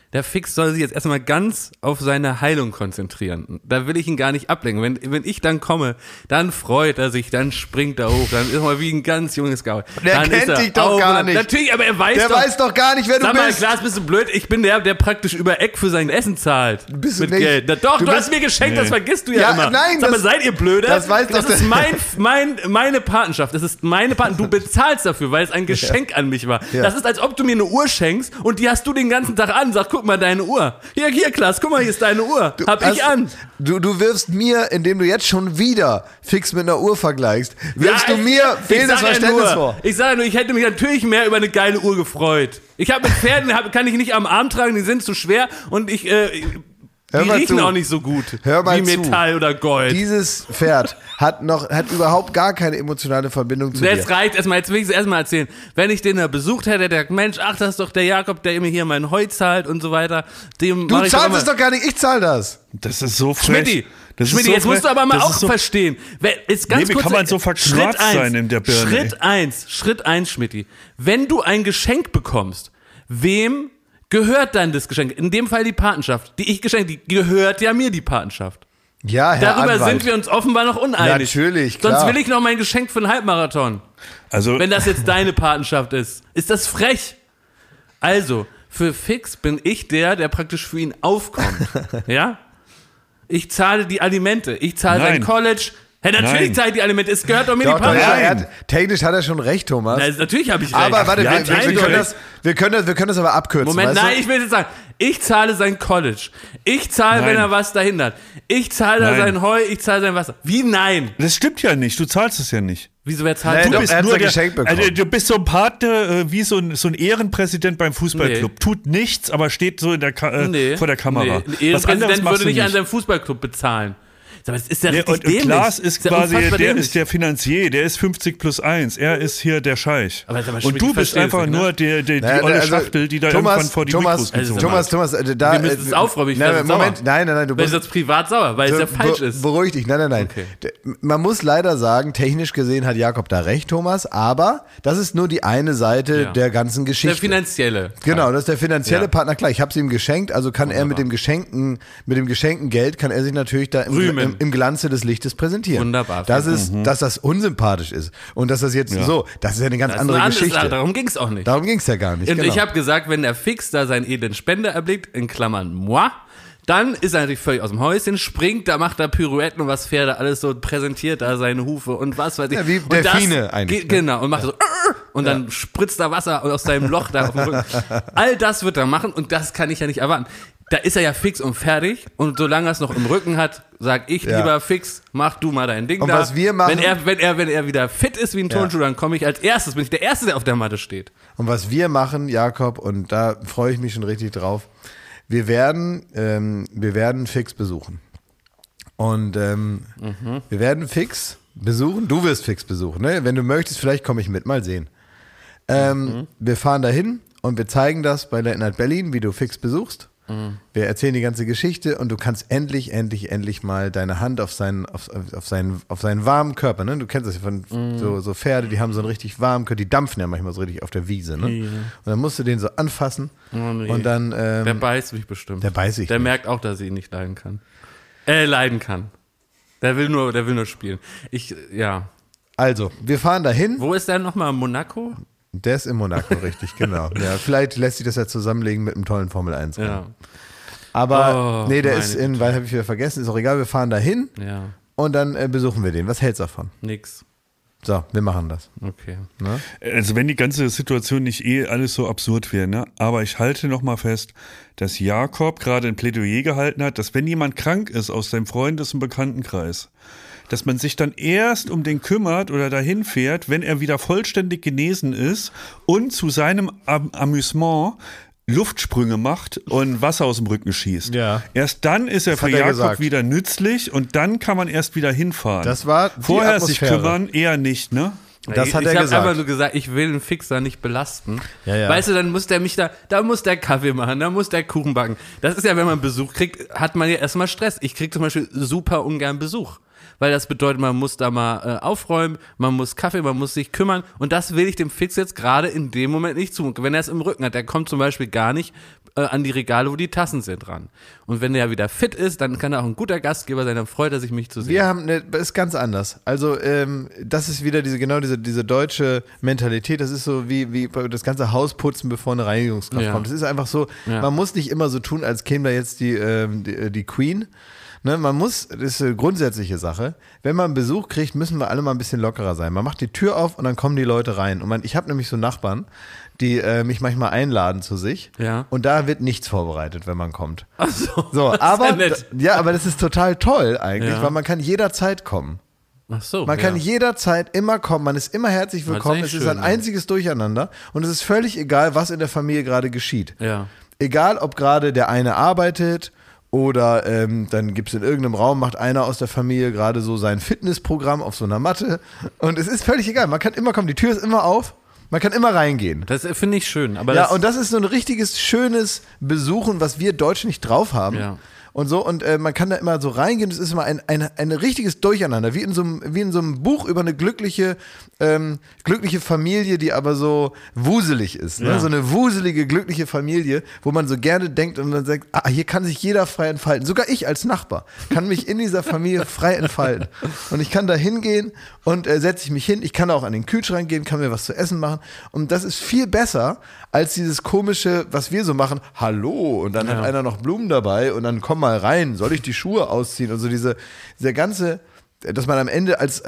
der Fix soll sich jetzt erstmal ganz auf seine Heilung konzentrieren. Da will ich ihn gar nicht ablenken. Wenn ich dann komme, dann freut er sich, dann springt er hoch, dann ist er mal wie ein ganz junges Gaul. Der kennt dich doch gar nicht. Natürlich, aber er weiß der weiß doch gar nicht, wer du bist. Sag mal, Klaas, bist du blöd? Ich bin der praktisch über Eck für sein Essen zahlt. Bist du mit nicht. Geld. Du hast mir geschenkt, das vergisst du ja immer. Nein, sag mal, seid ihr blöde? Das ist meine Patenschaft. Das ist meine Patenschaft. Du bezahlst dafür, weil es ein Geschenk an mich war. Ja. Das ist, als ob du mir eine Uhr schenkst und die hast du den ganzen Tag an. Sag, guck mal, deine Uhr. Hier, Klaas, guck mal, hier ist deine Uhr. Hab ich an. Du wirfst mir, indem du jetzt schon wieder Fix mit einer Uhr vergleichst, wirfst du mir fehlendes Verständnis vor. Ich sage nur, ich hätte mich natürlich mehr über eine geile Uhr gefreut. Ich habe mit Pferden, kann ich nicht am Arm tragen, die sind zu schwer und die riechen auch nicht so gut wie Metall oder Gold. Dieses Pferd hat überhaupt gar keine emotionale Verbindung zu dir. Jetzt reicht erstmal, jetzt will ich es erstmal erzählen. Wenn ich den da besucht hätte, der sagt, Mensch, ach, das ist doch der Jakob, der mir hier mein Heu zahlt und so weiter. Du zahlst es doch gar nicht, ich zahl das. Das ist so frech. Schmidti, jetzt musst du aber mal auch verstehen. Ist ganz kurz, wie kann man so verknurrt sein in der Birne? Schritt eins, Schmidti. Wenn du ein Geschenk bekommst, wem gehört dann das Geschenk? In dem Fall die Patenschaft. Die ich geschenkt, die gehört ja mir, die Patenschaft. Ja, Herr Darüber Anwalt. sind wir uns offenbar noch uneinig. Natürlich, klar. Sonst will ich noch mein Geschenk für einen Halbmarathon. Also, wenn das jetzt deine Patenschaft ist. Ist das frech? Also, für Fix bin ich der praktisch für ihn aufkommt. Ja? Ich zahle die Alimente. Ich zahle sein College. Hey, natürlich zahle ich die Alimente. Es gehört doch mir die Patenschaft. Technisch hat er schon recht, Thomas. Na, natürlich habe ich recht. Aber warte, wir können das aber abkürzen. Moment, nein, ich will jetzt sagen, ich zahle sein College. Ich zahle, wenn er was dahinter hat. Ich zahle sein Heu, ich zahle sein Wasser. Wie nein? Das stimmt ja nicht, du zahlst es ja nicht. Wieso, wer zahlt? Du bist nur Geschenk bekommen. Du bist so ein Partner, wie so ein Ehrenpräsident beim Fußballclub. Nee. Tut nichts, aber steht so vor der Kamera. Nee. Ein Ehrenpräsident würde nicht an seinem Fußballclub bezahlen. Aber das ist ja richtig dämlich. Klaas ist quasi, der ist der Finanzier, der ist 50+1. Er ist hier der Scheich. Und du bist einfach nur die olle Schachtel, die da irgendwann vor die Mikros gezogen hat. Thomas, wir müssen es aufräumen. Moment, nein, du bist jetzt privat sauer, weil es ja falsch ist. Beruhig dich, nein. Okay. Man muss leider sagen, technisch gesehen hat Jakob da recht, Thomas, aber das ist nur die eine Seite der ganzen Geschichte. Der finanzielle. Genau, das ist der finanzielle Partner. Klar, ich habe es ihm geschenkt, also kann er mit dem geschenkten Geld, kann er sich natürlich da im Glanze des Lichtes präsentieren. Wunderbar. Dass das unsympathisch ist und dass das jetzt das ist ja eine ganz andere Geschichte. Darum ging es auch nicht. Darum ging es ja gar nicht. Und ich habe gesagt, wenn der Fix da seinen edlen Spender erblickt, in Klammern moi, dann ist er natürlich völlig aus dem Häuschen, springt, da macht er Pirouetten und was Pferde alles so, präsentiert da seine Hufe und was weiß ich. Ja, wie Delfine eigentlich. Genau, und macht so und dann spritzt da Wasser aus seinem Loch da auf dem Rücken. All das wird er machen und das kann ich ja nicht erwarten. Da ist er ja fix und fertig und solange er es noch im Rücken hat, sag ich lieber Fix, mach du mal dein Ding und da. Was wir machen, wenn er wieder fit ist wie ein Turnschuh, dann komme ich als erstes, bin ich der Erste, der auf der Matte steht. Und was wir machen, Jakob, und da freue ich mich schon richtig drauf, wir werden Fix besuchen. Und wir werden Fix besuchen, du wirst Fix besuchen, ne? Wenn du möchtest, vielleicht komme ich mit, mal sehen. Wir fahren dahin und wir zeigen das bei Late Night Berlin, wie du Fix besuchst. Wir erzählen die ganze Geschichte und du kannst endlich mal deine Hand auf seinen warmen Körper, ne? Du kennst das ja von so Pferde, die haben so einen richtig warmen Körper, die dampfen ja manchmal so richtig auf der Wiese, ne? Ja. Und dann musst du den so anfassen und dann der beißt mich bestimmt. Der merkt auch, dass ich ihn nicht leiden kann. Der will nur spielen. Also, wir fahren dahin. Wo ist der nochmal? Monaco? Der ist in Monaco, richtig, genau. Ja, vielleicht lässt sich das ja zusammenlegen mit einem tollen Formel 1. Ja. Aber der ist weil habe ich wieder vergessen, ist auch egal, wir fahren dahin und dann besuchen wir den. Was hältst du davon? Nix. So, wir machen das. Okay. Ne? Also wenn die ganze Situation nicht alles so absurd wäre, ne? Aber ich halte nochmal fest, dass Jakob gerade ein Plädoyer gehalten hat, dass wenn jemand krank ist aus seinem Freundes- und Bekanntenkreis, dass man sich dann erst um den kümmert oder dahin fährt, wenn er wieder vollständig genesen ist und zu seinem Amüsement Luftsprünge macht und Wasser aus dem Rücken schießt. Ja. Erst dann ist er für Jakob wieder nützlich und dann kann man erst wieder hinfahren. Das war die Vorher Atmosphäre. sich kümmern, eher nicht, ne? Das hat er gesagt. Ich habe einfach nur gesagt, ich will den Fixer nicht belasten. Ja. Weißt du, dann muss der da muss der Kaffee machen, da muss der Kuchen backen. Das ist ja, wenn man Besuch kriegt, hat man ja erstmal Stress. Ich kriege zum Beispiel super ungern Besuch. Weil das bedeutet, man muss da mal aufräumen, man muss Kaffee, man muss sich kümmern und das will ich dem Fix jetzt gerade in dem Moment nicht zumuten. Wenn er es im Rücken hat, der kommt zum Beispiel gar nicht an die Regale, wo die Tassen sind, ran. Und wenn er wieder fit ist, dann kann er auch ein guter Gastgeber sein, dann freut er sich, mich zu sehen. Das ist ganz anders. Also das ist wieder diese deutsche Mentalität, das ist so wie das ganze Haus putzen, bevor eine Reinigungskraft kommt. Das ist einfach so, man muss nicht immer so tun, als käme da jetzt die Queen. Ne, das ist eine grundsätzliche Sache. Wenn man Besuch kriegt, müssen wir alle mal ein bisschen lockerer sein. Man macht die Tür auf und dann kommen die Leute rein. Und ich habe nämlich so Nachbarn, die mich manchmal einladen zu sich. Ja. Und da wird nichts vorbereitet, wenn man kommt. Ach so, aber aber das ist total toll eigentlich, weil man kann jederzeit kommen. Ach so. Man kann jederzeit immer kommen, man ist immer herzlich willkommen. Es ist ein einziges Durcheinander und es ist völlig egal, was in der Familie gerade geschieht. Ja. Egal, ob gerade der eine arbeitet. Oder dann gibt es in irgendeinem Raum, macht einer aus der Familie gerade so sein Fitnessprogramm auf so einer Matte. Und es ist völlig egal. Man kann immer kommen, die Tür ist immer auf. Man kann immer reingehen. Das finde ich schön. Aber und das ist so ein richtiges, schönes Besuchen, was wir Deutschen nicht drauf haben. Ja. Und so, und man kann da immer so reingehen, es ist immer ein richtiges Durcheinander, wie in so einem Buch über eine glückliche Familie, die aber so wuselig ist. Ne? Ja. So eine wuselige, glückliche Familie, wo man so gerne denkt und man sagt, hier kann sich jeder frei entfalten. Sogar ich als Nachbar kann mich in dieser Familie frei entfalten. Und ich kann da hingehen und setze ich mich hin. Ich kann auch an den Kühlschrank gehen, kann mir was zu essen machen. Und das ist viel besser als dieses komische, was wir so machen. Hallo, und dann hat einer noch Blumen dabei und dann komm mal rein, soll ich die Schuhe ausziehen? Und so dieser ganze, dass man am Ende als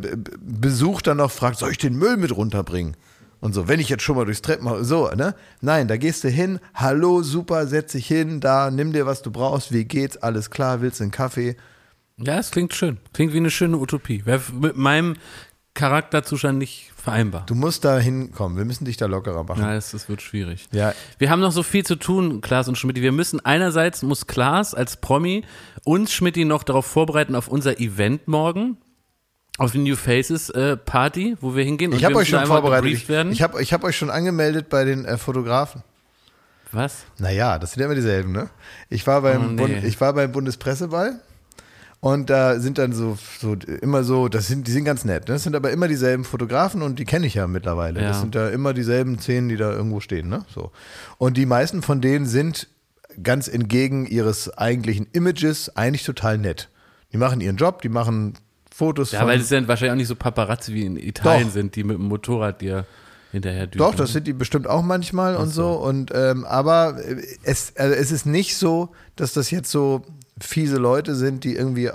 Besuch dann noch fragt, soll ich den Müll mit runterbringen? Und so, wenn ich jetzt schon mal durchs Treppenhaus, so, ne? Nein, da gehst du hin, hallo, super, setz dich hin, da, nimm dir, was du brauchst, wie geht's, alles klar, willst du einen Kaffee? Ja, es klingt schön. Klingt wie eine schöne Utopie. Wäre mit meinem Charakterzustand nicht vereinbar. Du musst da hinkommen, wir müssen dich da lockerer machen. Ja, es wird schwierig. Ja. Wir haben noch so viel zu tun, Klaas und Schmidti. Wir müssen einerseits, muss Klaas als Promi uns, Schmidti, noch darauf vorbereiten auf unser Event morgen. Auf die New Faces Party, wo wir hingehen. Ich habe euch schon vorbereitet. Ich hab euch schon angemeldet bei den Fotografen. Was? Naja, das sind ja immer dieselben, ne? Ich war beim Bundespresseball. Und da sind dann so immer so, die sind ganz nett. Ne? Das sind aber immer dieselben Fotografen und die kenne ich ja mittlerweile. Ja. Das sind ja immer dieselben 10, die da irgendwo stehen. Ne? So. Und die meisten von denen sind ganz entgegen ihres eigentlichen Images eigentlich total nett. Die machen ihren Job, die machen Fotos. Ja, weil das sind wahrscheinlich auch nicht so Paparazzi wie in Italien sind, die mit dem Motorrad dir hinterher düsen. Doch, das sind die bestimmt auch manchmal und so. Und aber es ist nicht so, dass das jetzt so fiese Leute sind, die irgendwie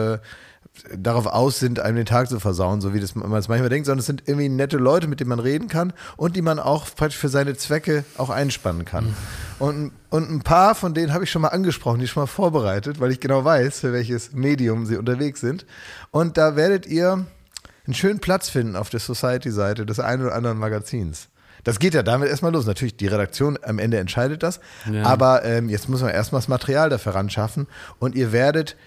darauf aus sind, einem den Tag zu versauen, so wie man es manchmal denkt, sondern es sind irgendwie nette Leute, mit denen man reden kann und die man auch praktisch für seine Zwecke auch einspannen kann. Und ein paar von denen habe ich schon mal angesprochen, die schon mal vorbereitet, weil ich genau weiß, für welches Medium sie unterwegs sind. Und da werdet ihr einen schönen Platz finden auf der Society-Seite des einen oder anderen Magazins. Das geht ja damit erstmal los. Natürlich, die Redaktion am Ende entscheidet das. Ja. Aber jetzt muss man erstmal das Material dafür ran schaffen. Und ihr werdet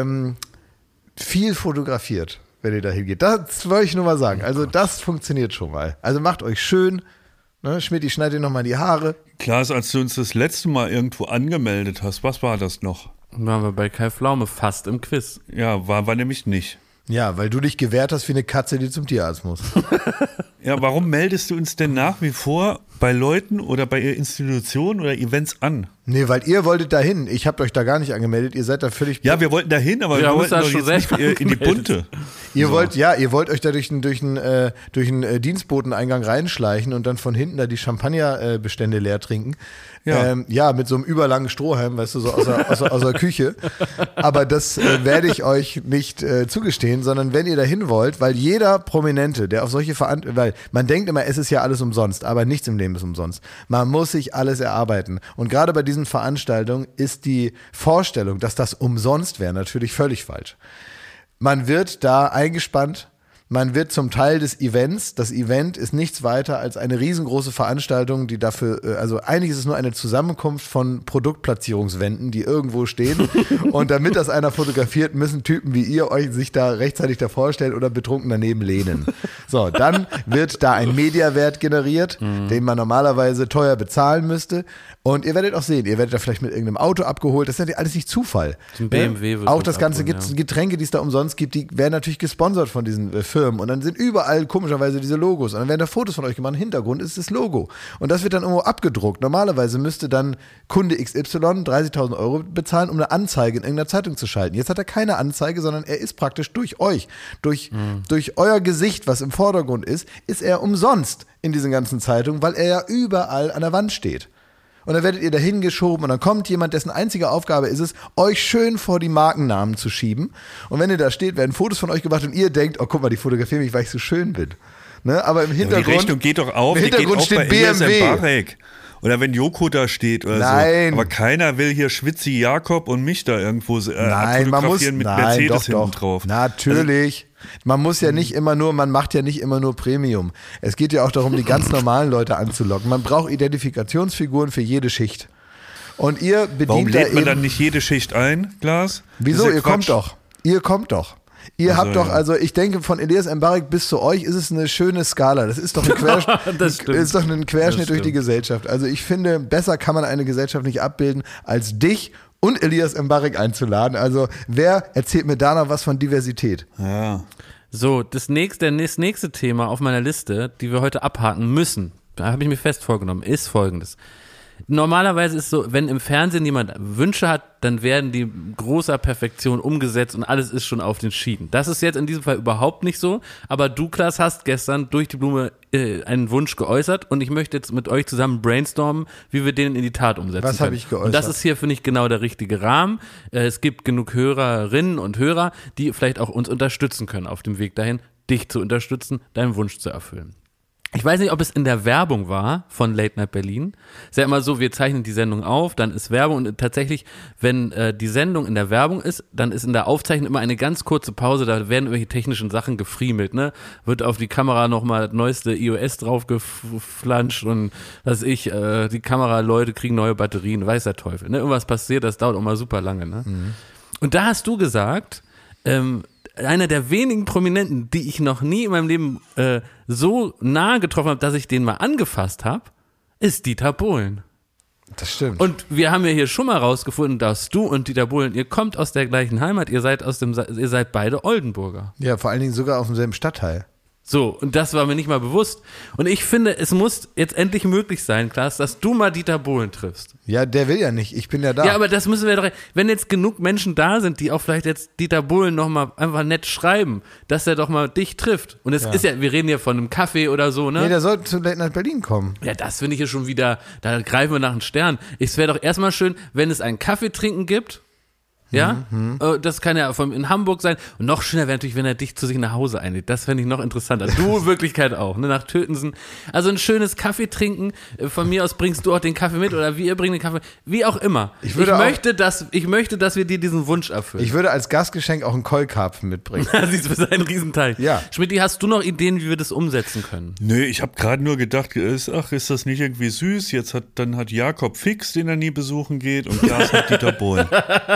viel fotografiert, wenn ihr da hingeht. Das wollte ich nur mal sagen. Also das funktioniert schon mal. Also macht euch schön. Ne? Schmidti, schneid dir nochmal die Haare. Klaas, als du uns das letzte Mal irgendwo angemeldet hast, was war das noch? Waren wir bei Kai Pflaume fast im Quiz. Ja, waren wir nämlich nicht. Ja, weil du dich gewehrt hast wie eine Katze, die zum Tierarzt muss. Ja, warum meldest du uns denn nach wie vor bei Leuten oder bei Institutionen oder Events an? Nee, weil ihr wolltet da hin. Ich habt euch da gar nicht angemeldet. Ihr seid da völlig... Ja, wir wollten da hin, aber wir wollten doch jetzt nicht in die Bunte. Ihr wollt euch da durch einen Dienstboteneingang reinschleichen und dann von hinten da die Champagnerbestände leer trinken. Ja. Mit so einem überlangen Strohhalm, weißt du, so aus der Küche. Aber das werde ich euch nicht zugestehen, sondern wenn ihr da hin wollt, weil jeder Prominente, der auf solche Veranstaltungen, weil man denkt immer, es ist ja alles umsonst, aber nichts im Leben ist umsonst. Man muss sich alles erarbeiten. Und gerade bei diesen Veranstaltungen ist die Vorstellung, dass das umsonst wäre, natürlich völlig falsch. Man wird da eingespannt. Man wird zum Teil des Events. Das Event ist nichts weiter als eine riesengroße Veranstaltung, die dafür, also eigentlich ist es nur eine Zusammenkunft von Produktplatzierungswänden, die irgendwo stehen. Und damit das einer fotografiert, müssen Typen wie ihr euch sich da rechtzeitig davor stellen oder betrunken daneben lehnen. So, dann wird da ein Mediawert generiert, den man normalerweise teuer bezahlen müsste. Und ihr werdet auch sehen, ihr werdet da vielleicht mit irgendeinem Auto abgeholt. Das ist ja alles nicht Zufall. Ein BMW wird auch das ganze Getränke, die es da umsonst gibt, die werden natürlich gesponsert von diesen Firmen, Firmen und dann sind überall komischerweise diese Logos und dann werden da Fotos von euch gemacht, im Hintergrund ist das Logo und das wird dann irgendwo abgedruckt. Normalerweise müsste dann Kunde XY 30.000 € bezahlen, um eine Anzeige in irgendeiner Zeitung zu schalten. Jetzt hat er keine Anzeige, sondern er ist praktisch durch euch, durch euer Gesicht, was im Vordergrund ist er umsonst in diesen ganzen Zeitungen, weil er ja überall an der Wand steht. Und dann werdet ihr dahin geschoben und dann kommt jemand, dessen einzige Aufgabe ist es, euch schön vor die Markennamen zu schieben. Und wenn ihr da steht, werden Fotos von euch gemacht und ihr denkt, oh guck mal, die fotografieren mich, weil ich so schön bin. Ne? Aber im Hintergrund, die Rechnung geht doch auf, im Hintergrund steht BMW. Oder wenn Joko da steht oder Nein. so. Aber keiner will hier Schwitzi Jakob und mich da irgendwo fotografieren mit Mercedes hinten drauf. Natürlich. Man muss ja nicht immer nur, man macht ja nicht immer nur Premium. Es geht ja auch darum, die ganz normalen Leute anzulocken. Man braucht Identifikationsfiguren für jede Schicht. Und ihr bedient Warum lädt man eben, dann nicht jede Schicht ein, Glas? Wieso? Ihr kommt doch. Ihr habt doch, ja. also ich denke, von Elias Mbarek bis zu euch ist es eine schöne Skala. Das ist doch ein Querschnitt durch die Gesellschaft. Also ich finde, besser kann man eine Gesellschaft nicht abbilden, als dich und Elias Mbarek einzuladen. Also wer erzählt mir da noch was von Diversität? Ja. So, das nächste Thema auf meiner Liste, die wir heute abhaken müssen, da habe ich mir fest vorgenommen, ist folgendes. Normalerweise ist es so, wenn im Fernsehen jemand Wünsche hat, dann werden die großer Perfektion umgesetzt und alles ist schon auf den Schienen. Das ist jetzt in diesem Fall überhaupt nicht so, aber du, Klaas, hast gestern durch die Blume einen Wunsch geäußert und ich möchte jetzt mit euch zusammen brainstormen, wie wir den in die Tat umsetzen können. Was habe ich geäußert? Und das ist hier, finde ich, genau der richtige Rahmen. Es gibt genug Hörerinnen und Hörer, die vielleicht auch uns unterstützen können auf dem Weg dahin, dich zu unterstützen, deinen Wunsch zu erfüllen. Ich weiß nicht, ob es in der Werbung war von Late Night Berlin. Ist ja immer so, wir zeichnen die Sendung auf, dann ist Werbung und tatsächlich, wenn die Sendung in der Werbung ist, dann ist in der Aufzeichnung immer eine ganz kurze Pause, da werden irgendwelche technischen Sachen gefriemelt, ne? Wird auf die Kamera nochmal das neueste iOS drauf geflanscht und die Kameraleute kriegen neue Batterien, weiß der Teufel, ne? Irgendwas passiert, das dauert auch mal super lange, ne? Mhm. Und da hast du gesagt, einer der wenigen Prominenten, die ich noch nie in meinem Leben so nahe getroffen habe, dass ich den mal angefasst habe, ist Dieter Bohlen. Das stimmt. Und wir haben ja hier schon mal rausgefunden, dass du und Dieter Bohlen, ihr kommt aus der gleichen Heimat, ihr seid beide Oldenburger. Ja, vor allen Dingen sogar auf demselben Stadtteil. So, und das war mir nicht mal bewusst. Und ich finde, es muss jetzt endlich möglich sein, Klaas, dass du mal Dieter Bohlen triffst. Ja, der will ja nicht, ich bin ja da. Ja, aber das müssen wir doch, wenn jetzt genug Menschen da sind, die auch vielleicht jetzt Dieter Bohlen nochmal einfach nett schreiben, dass er doch mal dich trifft. Und es ist ja, wir reden ja von einem Kaffee oder so, ne? Nee, der soll zu Late Night Berlin kommen. Ja, das finde ich ja schon wieder, da greifen wir nach einem Stern. Es wäre doch erstmal schön, wenn es einen Kaffee trinken gibt. Ja, das kann ja in Hamburg sein. Und noch schöner wäre natürlich, wenn er dich zu sich nach Hause einlädt. Das fände ich noch interessanter. Du in Wirklichkeit auch, ne? Nach Tötensen. Also ein schönes Kaffee trinken. Von mir aus bringst du auch den Kaffee mit oder wir bringen den Kaffee. Wie auch immer. Ich möchte, dass wir dir diesen Wunsch erfüllen. Ich würde als Gastgeschenk auch einen Keukarpfen mitbringen. Siehst du, das ist ein Riesenteil. Ja. Schmidti, hast du noch Ideen, wie wir das umsetzen können? Nö, ich habe gerade nur gedacht, ist das nicht irgendwie süß? Dann hat Jakob Fix, den er nie besuchen geht, und Klaas hat Dieter Bohlen.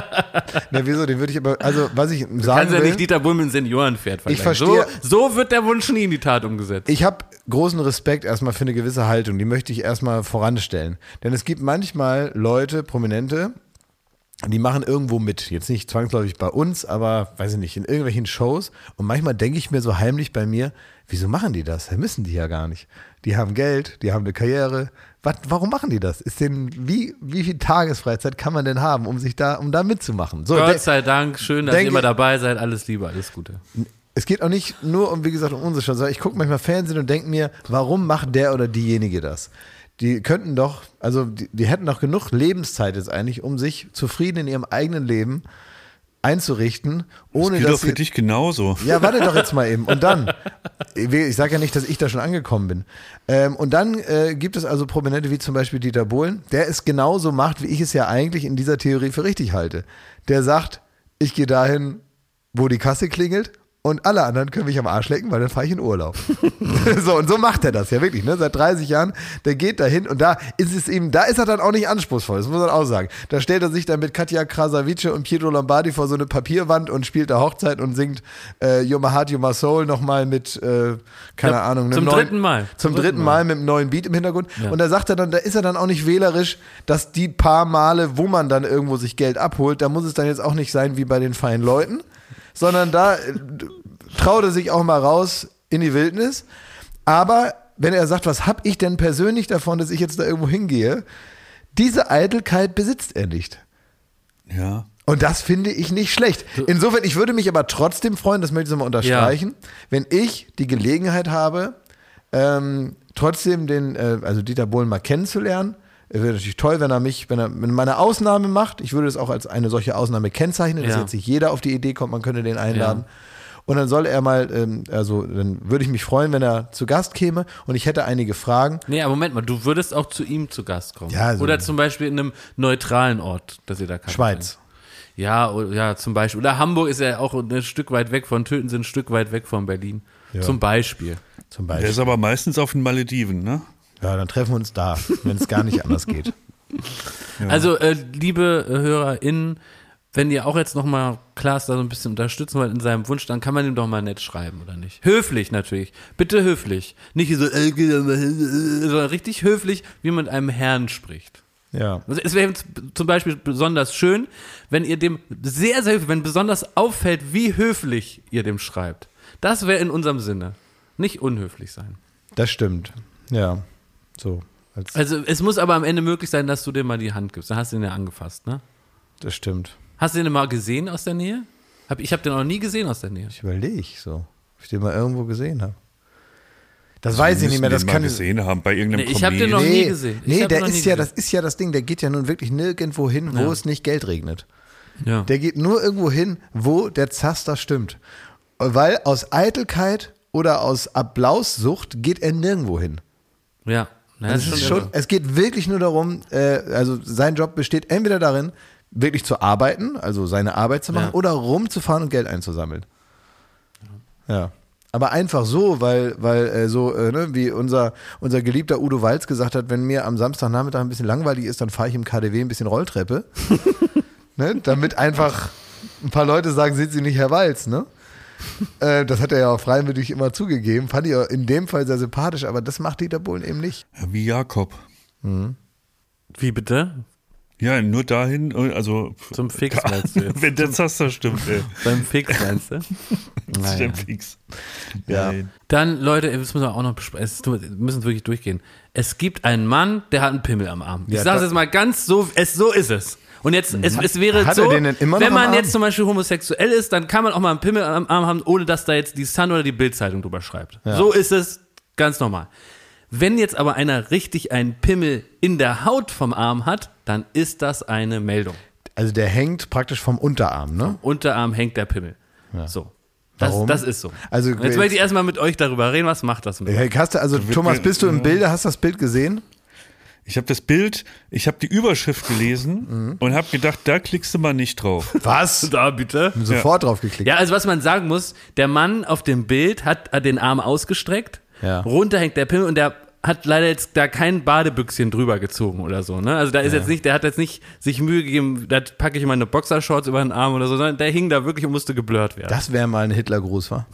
Na, wieso? Den würde ich aber, also was ich sagen will. Du kannst ja nicht Dieter Bohlen mit einem Seniorenpferd vergleichen. Ich verstehe. So wird der Wunsch nie in die Tat umgesetzt. Ich habe großen Respekt erstmal für eine gewisse Haltung. Die möchte ich erstmal voranstellen. Denn es gibt manchmal Leute, Prominente, die machen irgendwo mit. Jetzt nicht zwangsläufig bei uns, aber, weiß ich nicht, in irgendwelchen Shows. Und manchmal denke ich mir so heimlich bei mir, wieso machen die das? Müssen die ja gar nicht. Die haben Geld, die haben eine Karriere. Warum machen die das? Wie viel Tagesfreizeit kann man denn haben, um da mitzumachen? So, Gott sei Dank, schön, dass ihr immer dabei seid. Alles Liebe, alles Gute. Es geht auch nicht nur um, wie gesagt, um unsere Show, sondern ich gucke manchmal Fernsehen und denke mir, warum macht der oder diejenige das? Die könnten doch, also die hätten doch genug Lebenszeit jetzt eigentlich, um sich zufrieden in ihrem eigenen Leben einzurichten, ohne das dass gilt doch für dich genauso. Ja, warte doch jetzt mal eben. Und dann, ich sage ja nicht, dass ich da schon angekommen bin. Und dann gibt es also Prominente wie zum Beispiel Dieter Bohlen, der es genauso macht, wie ich es ja eigentlich in dieser Theorie für richtig halte. Der sagt, ich gehe dahin, wo die Kasse klingelt, und alle anderen können mich am Arsch lecken, weil dann fahre ich in Urlaub. So, und so macht er das ja wirklich, ne? Seit 30 Jahren, der geht dahin und da ist er dann auch nicht anspruchsvoll, das muss man auch sagen. Da stellt er sich dann mit Katja Krasavice und Pietro Lombardi vor so eine Papierwand und spielt da Hochzeit und singt You're My Heart, You're My Soul nochmal mit, keine Ahnung. Zum dritten Mal. Zum dritten Mal mit einem neuen Beat im Hintergrund. Ja. Und da sagt er dann, da ist er dann auch nicht wählerisch, dass die paar Male, wo man dann irgendwo sich Geld abholt, da muss es dann jetzt auch nicht sein wie bei den feinen Leuten, sondern da traut er sich auch mal raus in die Wildnis. Aber wenn er sagt, was habe ich denn persönlich davon, dass ich jetzt da irgendwo hingehe, diese Eitelkeit besitzt er nicht. Ja. Und das finde ich nicht schlecht. Insofern, ich würde mich aber trotzdem freuen, das möchte ich nochmal unterstreichen, wenn ich die Gelegenheit habe, trotzdem also Dieter Bohlen mal kennenzulernen. Es wäre natürlich toll, wenn er meine Ausnahme macht. Ich würde es auch als eine solche Ausnahme kennzeichnen, dass jetzt nicht jeder auf die Idee kommt, man könnte den einladen. Ja. Und dann soll er mal, dann würde ich mich freuen, wenn er zu Gast käme und ich hätte einige Fragen. Nee, aber Moment mal, du würdest auch zu ihm zu Gast kommen. Ja, oder zum Beispiel in einem neutralen Ort, dass ihr da kann. Schweiz. Ja, zum Beispiel. Oder Hamburg ist ja auch ein Stück weit weg von Töten, sind ein Stück weit weg von Berlin. Ja. Zum Beispiel. Der ist aber meistens auf den Malediven, ne? Ja, dann treffen wir uns da, wenn es gar nicht anders geht. Ja. Also, liebe HörerInnen, wenn ihr auch jetzt nochmal Klaas da so ein bisschen unterstützen wollt in seinem Wunsch, dann kann man ihm doch mal nett schreiben, oder nicht? Höflich natürlich. Bitte höflich. Nicht so, sondern richtig höflich, wie man mit einem Herrn spricht. Ja. Also es wäre zum Beispiel besonders schön, wenn ihr dem sehr, sehr, wenn besonders auffällt, wie höflich ihr dem schreibt. Das wäre in unserem Sinne. Nicht unhöflich sein. Das stimmt. Ja. So. Also es muss aber am Ende möglich sein, dass du dir mal die Hand gibst. Dann hast du ihn ja angefasst, ne? Das stimmt. Hast du den mal gesehen aus der Nähe? Ich habe den noch nie gesehen aus der Nähe. Ich überlege so, ob ich den mal irgendwo gesehen habe. Das weiß ich nicht mehr. Das kann mal gesehen haben bei irgendeinem Ich habe den noch nie gesehen. Das ist ja das Ding, der geht ja nun wirklich nirgendwo hin, wo es nicht Geld regnet. Ja. Der geht nur irgendwo hin, wo der Zaster stimmt. Weil aus Eitelkeit oder aus Applaussucht geht er nirgendwo hin. Ja. Es geht wirklich nur darum, also sein Job besteht entweder darin, wirklich zu arbeiten, also seine Arbeit zu machen, oder rumzufahren und Geld einzusammeln. Ja. Aber einfach so, weil wie unser geliebter Udo Walz gesagt hat, wenn mir am Samstagnachmittag ein bisschen langweilig ist, dann fahre ich im KaDeWe ein bisschen Rolltreppe. Ne? Damit einfach ein paar Leute sagen, sind Sie nicht Herr Walz, ne? Das hat er ja auch freiwillig immer zugegeben. Fand ich in dem Fall sehr sympathisch, aber das macht Dieter Bohlen eben nicht. Ja, wie Jakob. Mhm. Wie bitte? Ja, nur dahin, also zum Fix meinst du jetzt? Wenn der Zaster stimmt, ey. Beim Fix meinst du? Naja. Fix. Ja. Dann, Leute, das müssen wir auch noch besprechen, wir müssen wirklich durchgehen. Es gibt einen Mann, der hat einen Pimmel am Arm. Ich sage es jetzt mal ganz so, so ist es. Und jetzt, es wäre hat so, wenn man jetzt zum Beispiel homosexuell ist, dann kann man auch mal einen Pimmel am Arm haben, ohne dass da jetzt die Sun oder die Bild-Zeitung drüber schreibt. Ja. So ist es, ganz normal. Wenn jetzt aber einer richtig einen Pimmel in der Haut vom Arm hat, dann ist das eine Meldung. Also der hängt praktisch vom Unterarm, ne? Vom Unterarm hängt der Pimmel. Ja. So. Das ist so. Also jetzt möchte ich erstmal mit euch darüber reden, was macht das mit euch? Thomas, bist du im Bilde? Hast du das Bild gesehen? Ich habe die Überschrift gelesen und habe gedacht, da klickst du mal nicht drauf. Was? Da bitte? Sofort drauf geklickt. Ja, also was man sagen muss, der Mann auf dem Bild hat den Arm ausgestreckt, runter hängt der Pimmel und der hat leider jetzt da kein Badebüchschen drüber gezogen oder so, ne? Also da ist jetzt nicht, der hat jetzt nicht sich Mühe gegeben, da packe ich mal eine Boxershorts über den Arm oder so, sondern der hing da wirklich und musste geblurrt werden. Das wäre mal ein Hitlergruß, wa?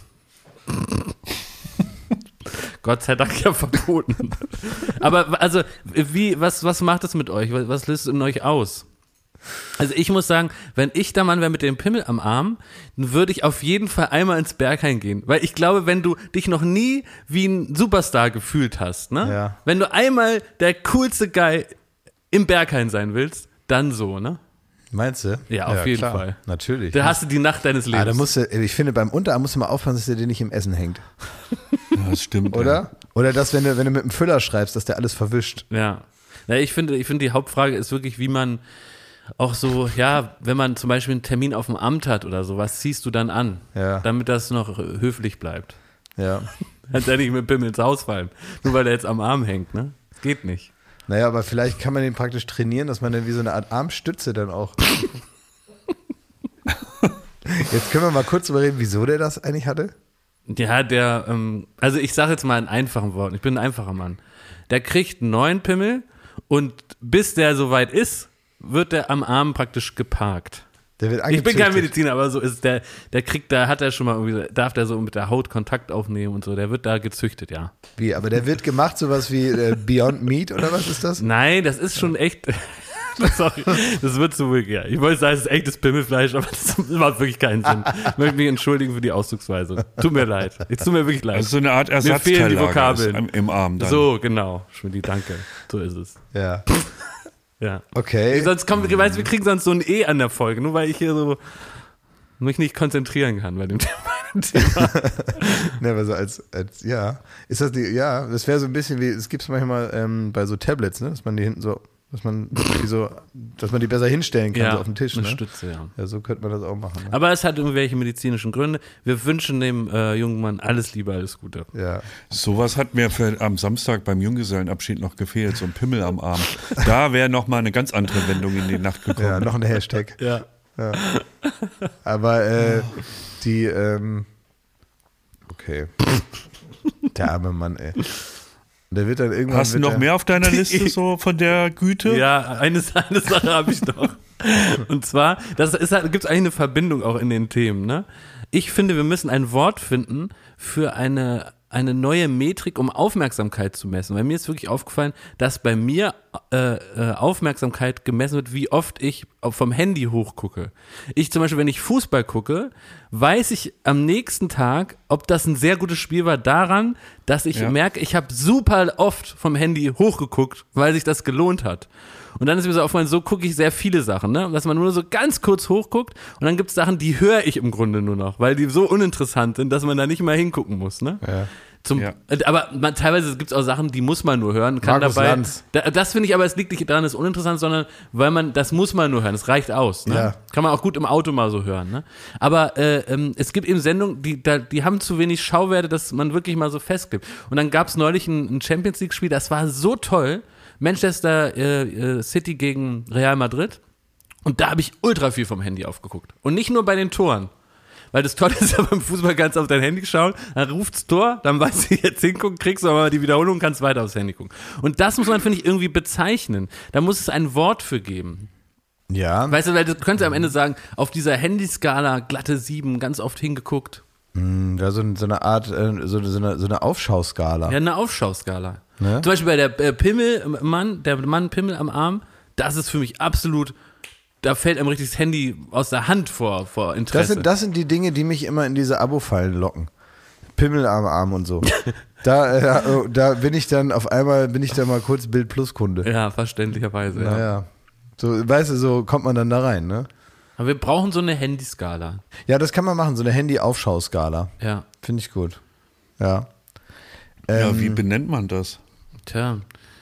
Gott sei Dank ja verboten. Aber also, was macht das mit euch? Was löst es in euch aus? Also ich muss sagen, wenn ich der Mann wäre mit dem Pimmel am Arm, dann würde ich auf jeden Fall einmal ins Berghain gehen. Weil ich glaube, wenn du dich noch nie wie ein Superstar gefühlt hast, ne? Ja. Wenn du einmal der coolste Guy im Berghain sein willst, dann so, ne? Meinst du? Ja, auf jeden Fall. Natürlich. Da hast du die Nacht deines Lebens. Ich finde, beim Unterarm musst du mal aufpassen, dass der dir nicht im Essen hängt. Ja, das stimmt. Oder? Ja. Oder dass, wenn du mit dem Füller schreibst, dass der alles verwischt. Ja. Ich finde, die Hauptfrage ist wirklich, wie man auch so, wenn man zum Beispiel einen Termin auf dem Amt hat oder so, was ziehst du dann an? Ja. Damit das noch höflich bleibt. Ja. Kannst ja nicht mit Pimmel ins Haus fallen. Nur weil der jetzt am Arm hängt, ne? Das geht nicht. Naja, aber vielleicht kann man den praktisch trainieren, dass man dann wie so eine Art Armstütze dann auch. Jetzt können wir mal kurz darüber reden, wieso der das eigentlich hatte. Ja, also ich sage jetzt mal in einfachen Worten, ich bin ein einfacher Mann. Der kriegt einen neuen Pimmel und bis der soweit ist, wird der am Arm praktisch geparkt. Der wird ich bin kein Mediziner, aber so ist der kriegt, da hat er schon mal irgendwie, darf der so mit der Haut Kontakt aufnehmen und so, der wird da gezüchtet, ja. Wie, aber der wird gemacht, sowas wie Beyond Meat oder was ist das? Nein, das ist schon echt, Sorry, das wird zu vulgär. Ich wollte sagen, es ist echtes Pimmelfleisch, aber das macht wirklich keinen Sinn. Ich möchte mich entschuldigen für die Ausdrucksweise. Tut mir leid. Es tut mir wirklich leid. Also so eine Art Ersatzteillager im Arm dann. So, genau. Schmidti, danke. So ist es. Ja. Ja. Okay. Sonst weißt du, wir kriegen sonst so ein E an der Folge, nur weil ich hier so mich nicht konzentrieren kann bei dem Thema. Ne, aber so als ja. Ist das die, ja, das wäre so ein bisschen wie, es gibt es manchmal bei so Tablets, ne, dass man die hinten so, dass man die besser hinstellen kann, so auf dem Tisch. Eine Ne? Stütze, ja. Ja, so könnte man das auch machen. Ne? Aber es hat irgendwelche medizinischen Gründe. Wir wünschen dem jungen Mann alles Liebe, alles Gute. Ja. Sowas hat mir am Samstag beim Junggesellenabschied noch gefehlt, so ein Pimmel am Arm. Da wäre nochmal eine ganz andere Wendung in die Nacht gekommen. Ja, noch ein Hashtag. Ja. Aber okay. Der arme Mann, ey. Der wird dann irgendwann. Hast du noch mehr auf deiner Liste so von der Güte? Ja, eine Sache habe ich noch. Und zwar, gibt es eigentlich eine Verbindung auch in den Themen, ne? Ich finde, wir müssen ein Wort finden für eine neue Metrik, um Aufmerksamkeit zu messen. Weil mir ist wirklich aufgefallen, dass bei mir Aufmerksamkeit gemessen wird, wie oft ich vom Handy hochgucke. Ich zum Beispiel, wenn ich Fußball gucke, weiß ich am nächsten Tag, ob das ein sehr gutes Spiel war, daran, dass ich merke, ich habe super oft vom Handy hochgeguckt, weil sich das gelohnt hat. Und dann ist mir so aufgefallen, so gucke ich sehr viele Sachen, ne? Dass man nur so ganz kurz hochguckt und dann gibt es Sachen, die höre ich im Grunde nur noch, weil die so uninteressant sind, dass man da nicht mal hingucken muss, ne? Ja. Aber teilweise gibt es auch Sachen, die muss man nur hören. Markus Lanz. Das finde ich aber, es liegt nicht daran, es ist uninteressant, sondern weil das muss man nur hören, das reicht aus. Ne? Ja. Kann man auch gut im Auto mal so hören. Ne? Aber es gibt eben Sendungen, die haben zu wenig Schauwerte, dass man wirklich mal so festklebt. Und dann gab es neulich ein Champions League-Spiel, das war so toll. Manchester City gegen Real Madrid. Und da habe ich ultra viel vom Handy aufgeguckt. Und nicht nur bei den Toren. Weil das Tolle ist ja beim Fußball, kannst du auf dein Handy schauen, dann ruft's Tor, dann weißt du, jetzt hingucken, kriegst du aber die Wiederholung, kannst weiter aufs Handy gucken. Und das muss man, finde ich, irgendwie bezeichnen. Da muss es ein Wort für geben. Ja. Weißt du, weil du könntest am Ende sagen, auf dieser Handyskala glatte 7, ganz oft hingeguckt. Ja, so eine Art, so eine Aufschauskala. Ja, eine Aufschauskala. Ne? Zum Beispiel bei der Mann Pimmel am Arm, das ist für mich absolut, da fällt einem richtig das Handy aus der Hand vor Interesse. Das sind die Dinge, die mich immer in diese Abo-Fallen locken. Pimmel am Arm und so. Da bin ich dann auf einmal, mal kurz Bild-Plus-Kunde. Ja, verständlicherweise. Naja. So, weißt du, so kommt man dann da rein, ne? Aber wir brauchen so eine Handyskala. Ja, das kann man machen, so eine Handy-Aufschauskala. Ja. Finde ich gut. Ja. Ja, wie benennt man das? Tja.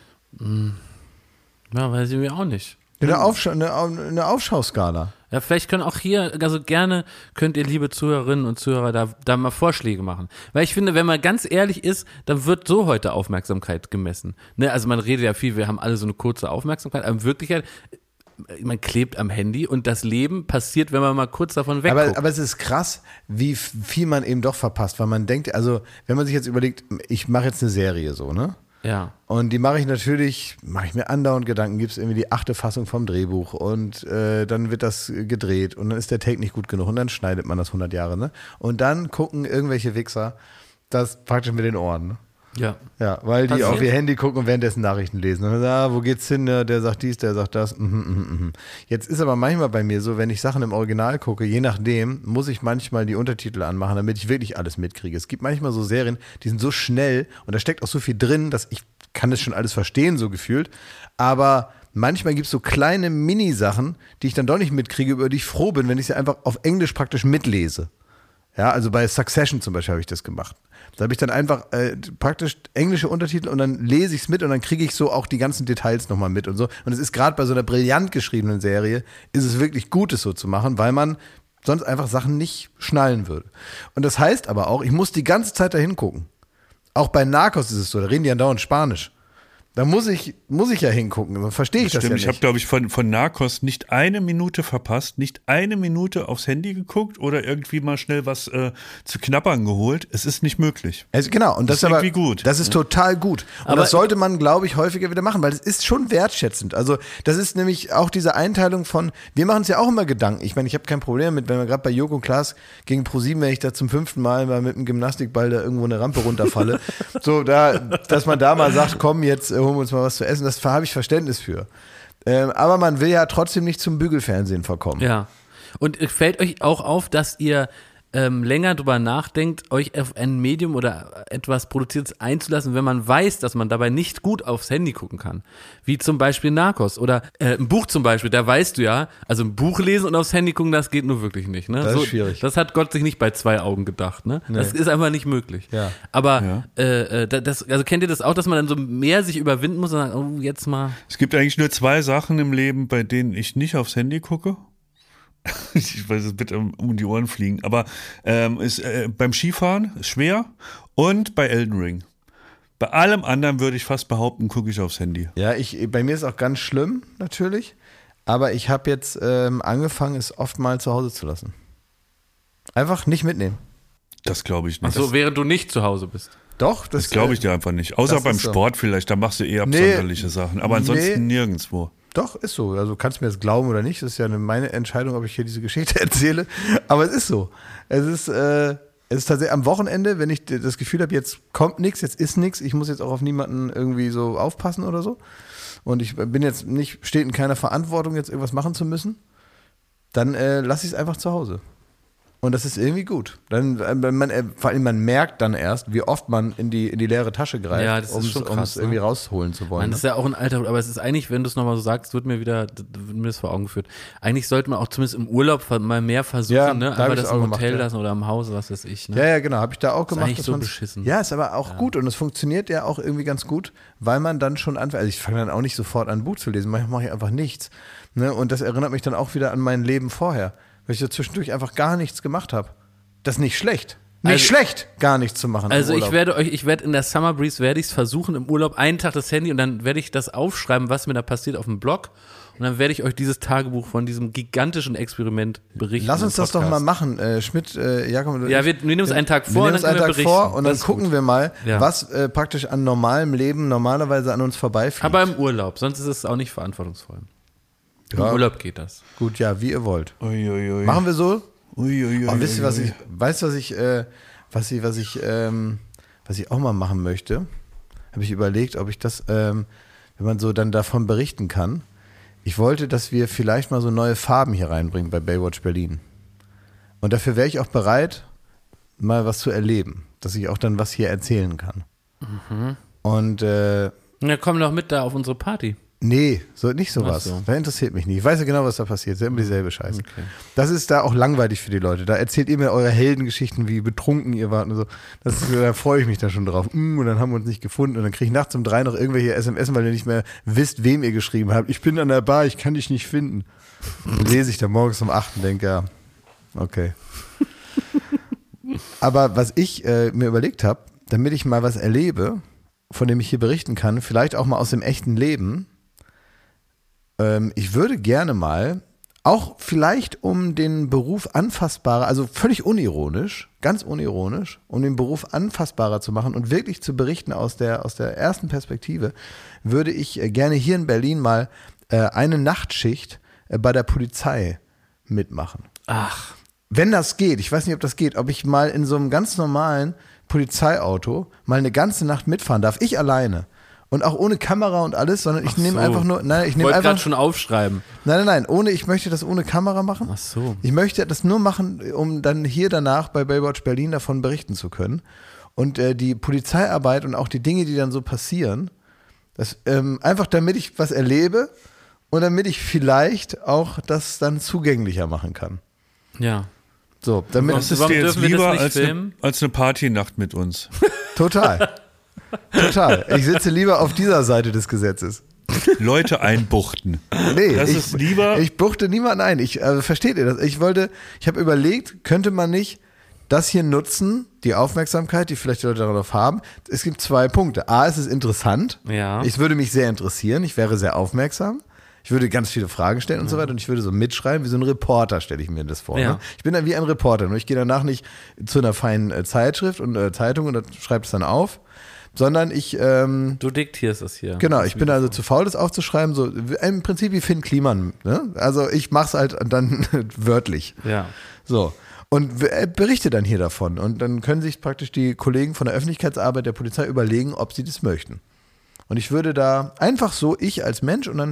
Ja, weiß ich mir auch nicht. Eine Aufschauskala. Ja, vielleicht können auch hier, also gerne könnt ihr, liebe Zuhörerinnen und Zuhörer, da mal Vorschläge machen. Weil ich finde, wenn man ganz ehrlich ist, dann wird so heute Aufmerksamkeit gemessen. Ne? Also man redet ja viel, wir haben alle so eine kurze Aufmerksamkeit, aber in Wirklichkeit, man klebt am Handy und das Leben passiert, wenn man mal kurz davon wegguckt. Aber es ist krass, wie viel man eben doch verpasst, weil man denkt, also wenn man sich jetzt überlegt, ich mache jetzt eine Serie so, ne? Ja. Und die mache ich mir andauernd Gedanken, gibt es irgendwie die 8. Fassung vom Drehbuch und dann wird das gedreht und dann ist der Take nicht gut genug und dann schneidet man das 100 Jahre, ne? Und dann gucken irgendwelche Wichser das praktisch mit den Ohren, ne? Ja. Ja, weil die auf ihr Handy gucken und währenddessen Nachrichten lesen. Und dann, wo geht's hin? Der sagt dies, der sagt das. Jetzt ist aber manchmal bei mir so, wenn ich Sachen im Original gucke, je nachdem, muss ich manchmal die Untertitel anmachen, damit ich wirklich alles mitkriege. Es gibt manchmal so Serien, die sind so schnell und da steckt auch so viel drin, dass ich kann das schon alles verstehen, so gefühlt. Aber manchmal gibt es so kleine Mini-Sachen, die ich dann doch nicht mitkriege, über die ich froh bin, wenn ich sie einfach auf Englisch praktisch mitlese. Ja, also bei Succession zum Beispiel habe ich das gemacht. Da habe ich dann einfach praktisch englische Untertitel und dann lese ich es mit und dann kriege ich so auch die ganzen Details nochmal mit und so. Und es ist gerade bei so einer brillant geschriebenen Serie, ist es wirklich gut, es so zu machen, weil man sonst einfach Sachen nicht schnallen würde. Und das heißt aber auch, ich muss die ganze Zeit da hingucken. Auch bei Narcos ist es so, da reden die andauernd Spanisch. Da muss ich ja hingucken, sonst verstehe ich das ja nicht. Ich habe, glaube ich, von Narcos nicht eine Minute verpasst, nicht eine Minute aufs Handy geguckt oder irgendwie mal schnell was zu knabbern geholt. Es ist nicht möglich. Also genau, und das ist irgendwie gut. Das ist total gut. Und aber das sollte man, glaube ich, häufiger wieder machen, weil es ist schon wertschätzend. Also das ist nämlich auch diese Einteilung von, wir machen uns ja auch immer Gedanken. Ich meine, ich habe kein Problem mit, wenn wir gerade bei Joko und Klaas gegen ProSieben, wenn ich da zum 5. Mal mit dem Gymnastikball da irgendwo eine Rampe runterfalle, so dass man da mal sagt, komm, jetzt holen wir uns mal was zu essen, das habe ich Verständnis für. Aber man will ja trotzdem nicht zum Bügelfernsehen verkommen. Ja. Und fällt euch auch auf, dass ihr länger drüber nachdenkt, euch auf ein Medium oder etwas Produziertes einzulassen, wenn man weiß, dass man dabei nicht gut aufs Handy gucken kann. Wie zum Beispiel Narcos oder ein Buch zum Beispiel, da weißt du ja, also ein Buch lesen und aufs Handy gucken, das geht nur wirklich nicht. Ne? Das ist schwierig. Das hat Gott sich nicht bei 2 Augen gedacht. Ne? Nee. Das ist einfach nicht möglich. Ja. Aber also kennt ihr das auch, dass man dann so mehr sich überwinden muss und sagt, oh, jetzt mal. Es gibt eigentlich nur 2 Sachen im Leben, bei denen ich nicht aufs Handy gucke. Ich weiß, es wird um die Ohren fliegen, aber ist beim Skifahren schwer und bei Elden Ring. Bei allem anderen würde ich fast behaupten, gucke ich aufs Handy. Ja, bei mir ist auch ganz schlimm, natürlich. Aber ich habe jetzt angefangen, es oft mal zu Hause zu lassen. Einfach nicht mitnehmen. Das glaube ich nicht. Ach so, während du nicht zu Hause bist. Doch, das glaube ich dir einfach nicht. Außer beim Sport vielleicht, da machst du eher absonderliche Sachen. Aber ansonsten nirgendwo. Doch, ist so. Also kannst du mir das glauben oder nicht. Das ist ja meine Entscheidung, ob ich hier diese Geschichte erzähle. Aber es ist so. Es ist tatsächlich am Wochenende, wenn ich das Gefühl habe, jetzt kommt nichts, jetzt ist nichts, ich muss jetzt auch auf niemanden irgendwie so aufpassen oder so. Und ich bin jetzt steht in keiner Verantwortung, jetzt irgendwas machen zu müssen, dann lasse ich es einfach zu Hause. Und das ist irgendwie gut. Vor allem man merkt dann erst, wie oft man in die leere Tasche greift, ja, um es irgendwie rausholen zu wollen. Das ist ja auch ein Alter, aber es ist eigentlich, wenn du es nochmal so sagst, wird mir das vor Augen geführt. Eigentlich sollte man auch zumindest im Urlaub mal mehr versuchen, ja, ne? Einfach das im Hotel lassen oder im Haus, was weiß ich. Ne? Ja, genau, habe ich da auch gemacht. Ist eigentlich so beschissen. Ja, ist aber auch gut und es funktioniert ja auch irgendwie ganz gut, weil man dann schon anfängt. Also ich fange dann auch nicht sofort an, ein Buch zu lesen, manchmal mache ich einfach nichts. Ne? Und das erinnert mich dann auch wieder an mein Leben vorher, weil ich da zwischendurch einfach gar nichts gemacht habe. Das ist nicht schlecht. Schlecht, gar nichts zu machen. Also ich werde in der Summer Breeze werde ich es versuchen, im Urlaub einen Tag das Handy und dann werde ich das aufschreiben, was mir da passiert auf dem Blog. Und dann werde ich euch dieses Tagebuch von diesem gigantischen Experiment berichten. Lass uns das doch mal machen, Schmidt, Jakob. Ja, wir nehmen uns einen Tag vor und dann gucken wir mal, was praktisch an normalem Leben normalerweise an uns vorbeifliegt. Aber im Urlaub, sonst ist es auch nicht verantwortungsvoll. Ja. Im Urlaub geht das. Gut, ja, wie ihr wollt. Uiuiui. Machen wir so? Wisst ihr, was ich auch mal machen möchte? Habe ich überlegt, ob ich das, wenn man so dann davon berichten kann. Ich wollte, dass wir vielleicht mal so neue Farben hier reinbringen bei Baywatch Berlin. Und dafür wäre ich auch bereit, mal was zu erleben, dass ich auch dann was hier erzählen kann. Mhm. Und na, komm doch mit da auf unsere Party. Nee, nicht sowas. So. Das interessiert mich nicht. Ich weiß ja genau, was da passiert. Es ist immer dieselbe Scheiße. Okay. Das ist da auch langweilig für die Leute. Da erzählt ihr mir eure Heldengeschichten, wie betrunken ihr wart und so. Da freue ich mich da schon drauf. Und dann haben wir uns nicht gefunden. Und dann kriege ich nachts um 3 noch irgendwelche SMS, weil ihr nicht mehr wisst, wem ihr geschrieben habt. Ich bin an der Bar, ich kann dich nicht finden. Dann lese ich da morgens um 8 und denke, ja, okay. Aber was ich mir überlegt habe, damit ich mal was erlebe, von dem ich hier berichten kann, vielleicht auch mal aus dem echten Leben, ich würde gerne mal, auch vielleicht um den Beruf anfassbarer, also völlig unironisch, ganz unironisch, um den Beruf anfassbarer zu machen und wirklich zu berichten aus der ersten Perspektive, würde ich gerne hier in Berlin mal eine Nachtschicht bei der Polizei mitmachen. Ach. Wenn das geht, ich weiß nicht, ob das geht, ob ich mal in so einem ganz normalen Polizeiauto mal eine ganze Nacht mitfahren darf, ich alleine. Und auch ohne Kamera und alles, sondern ich nehme einfach nur. Nein, ich wollte gerade schon aufschreiben. Nein. Ich möchte das ohne Kamera machen. Ach so. Ich möchte das nur machen, um dann hier danach bei Baywatch Berlin davon berichten zu können. Und die Polizeiarbeit und auch die Dinge, die dann so passieren, das einfach damit ich was erlebe und damit ich vielleicht auch das dann zugänglicher machen kann. Ja. So, damit das ist dir jetzt lieber als eine Partynacht mit uns. Total. Ich sitze lieber auf dieser Seite des Gesetzes. Leute einbuchten. Nee, ist lieber. Ich buchte niemanden ein. Versteht ihr das? Ich habe überlegt, könnte man nicht das hier nutzen, die Aufmerksamkeit, die vielleicht die Leute darauf haben. Es gibt 2 Punkte. A, es ist interessant. Ja. Ich würde mich sehr interessieren. Ich wäre sehr aufmerksam. Ich würde ganz viele Fragen stellen und so weiter und ich würde so mitschreiben, wie so ein Reporter, stelle ich mir das vor. Ja. Ne? Ich bin dann wie ein Reporter, nur ich gehe danach nicht zu einer feinen Zeitschrift und Zeitung und schreibe es dann auf, sondern ich du diktierst es hier. Genau, ich bin also zu faul, das aufzuschreiben, so im Prinzip wie Finn Kliman. Ne? Also ich mache es halt dann wörtlich. Ja. So. Und berichte dann hier davon. Und dann können sich praktisch die Kollegen von der Öffentlichkeitsarbeit der Polizei überlegen, ob sie das möchten. Und ich würde da einfach so, ich als Mensch, und dann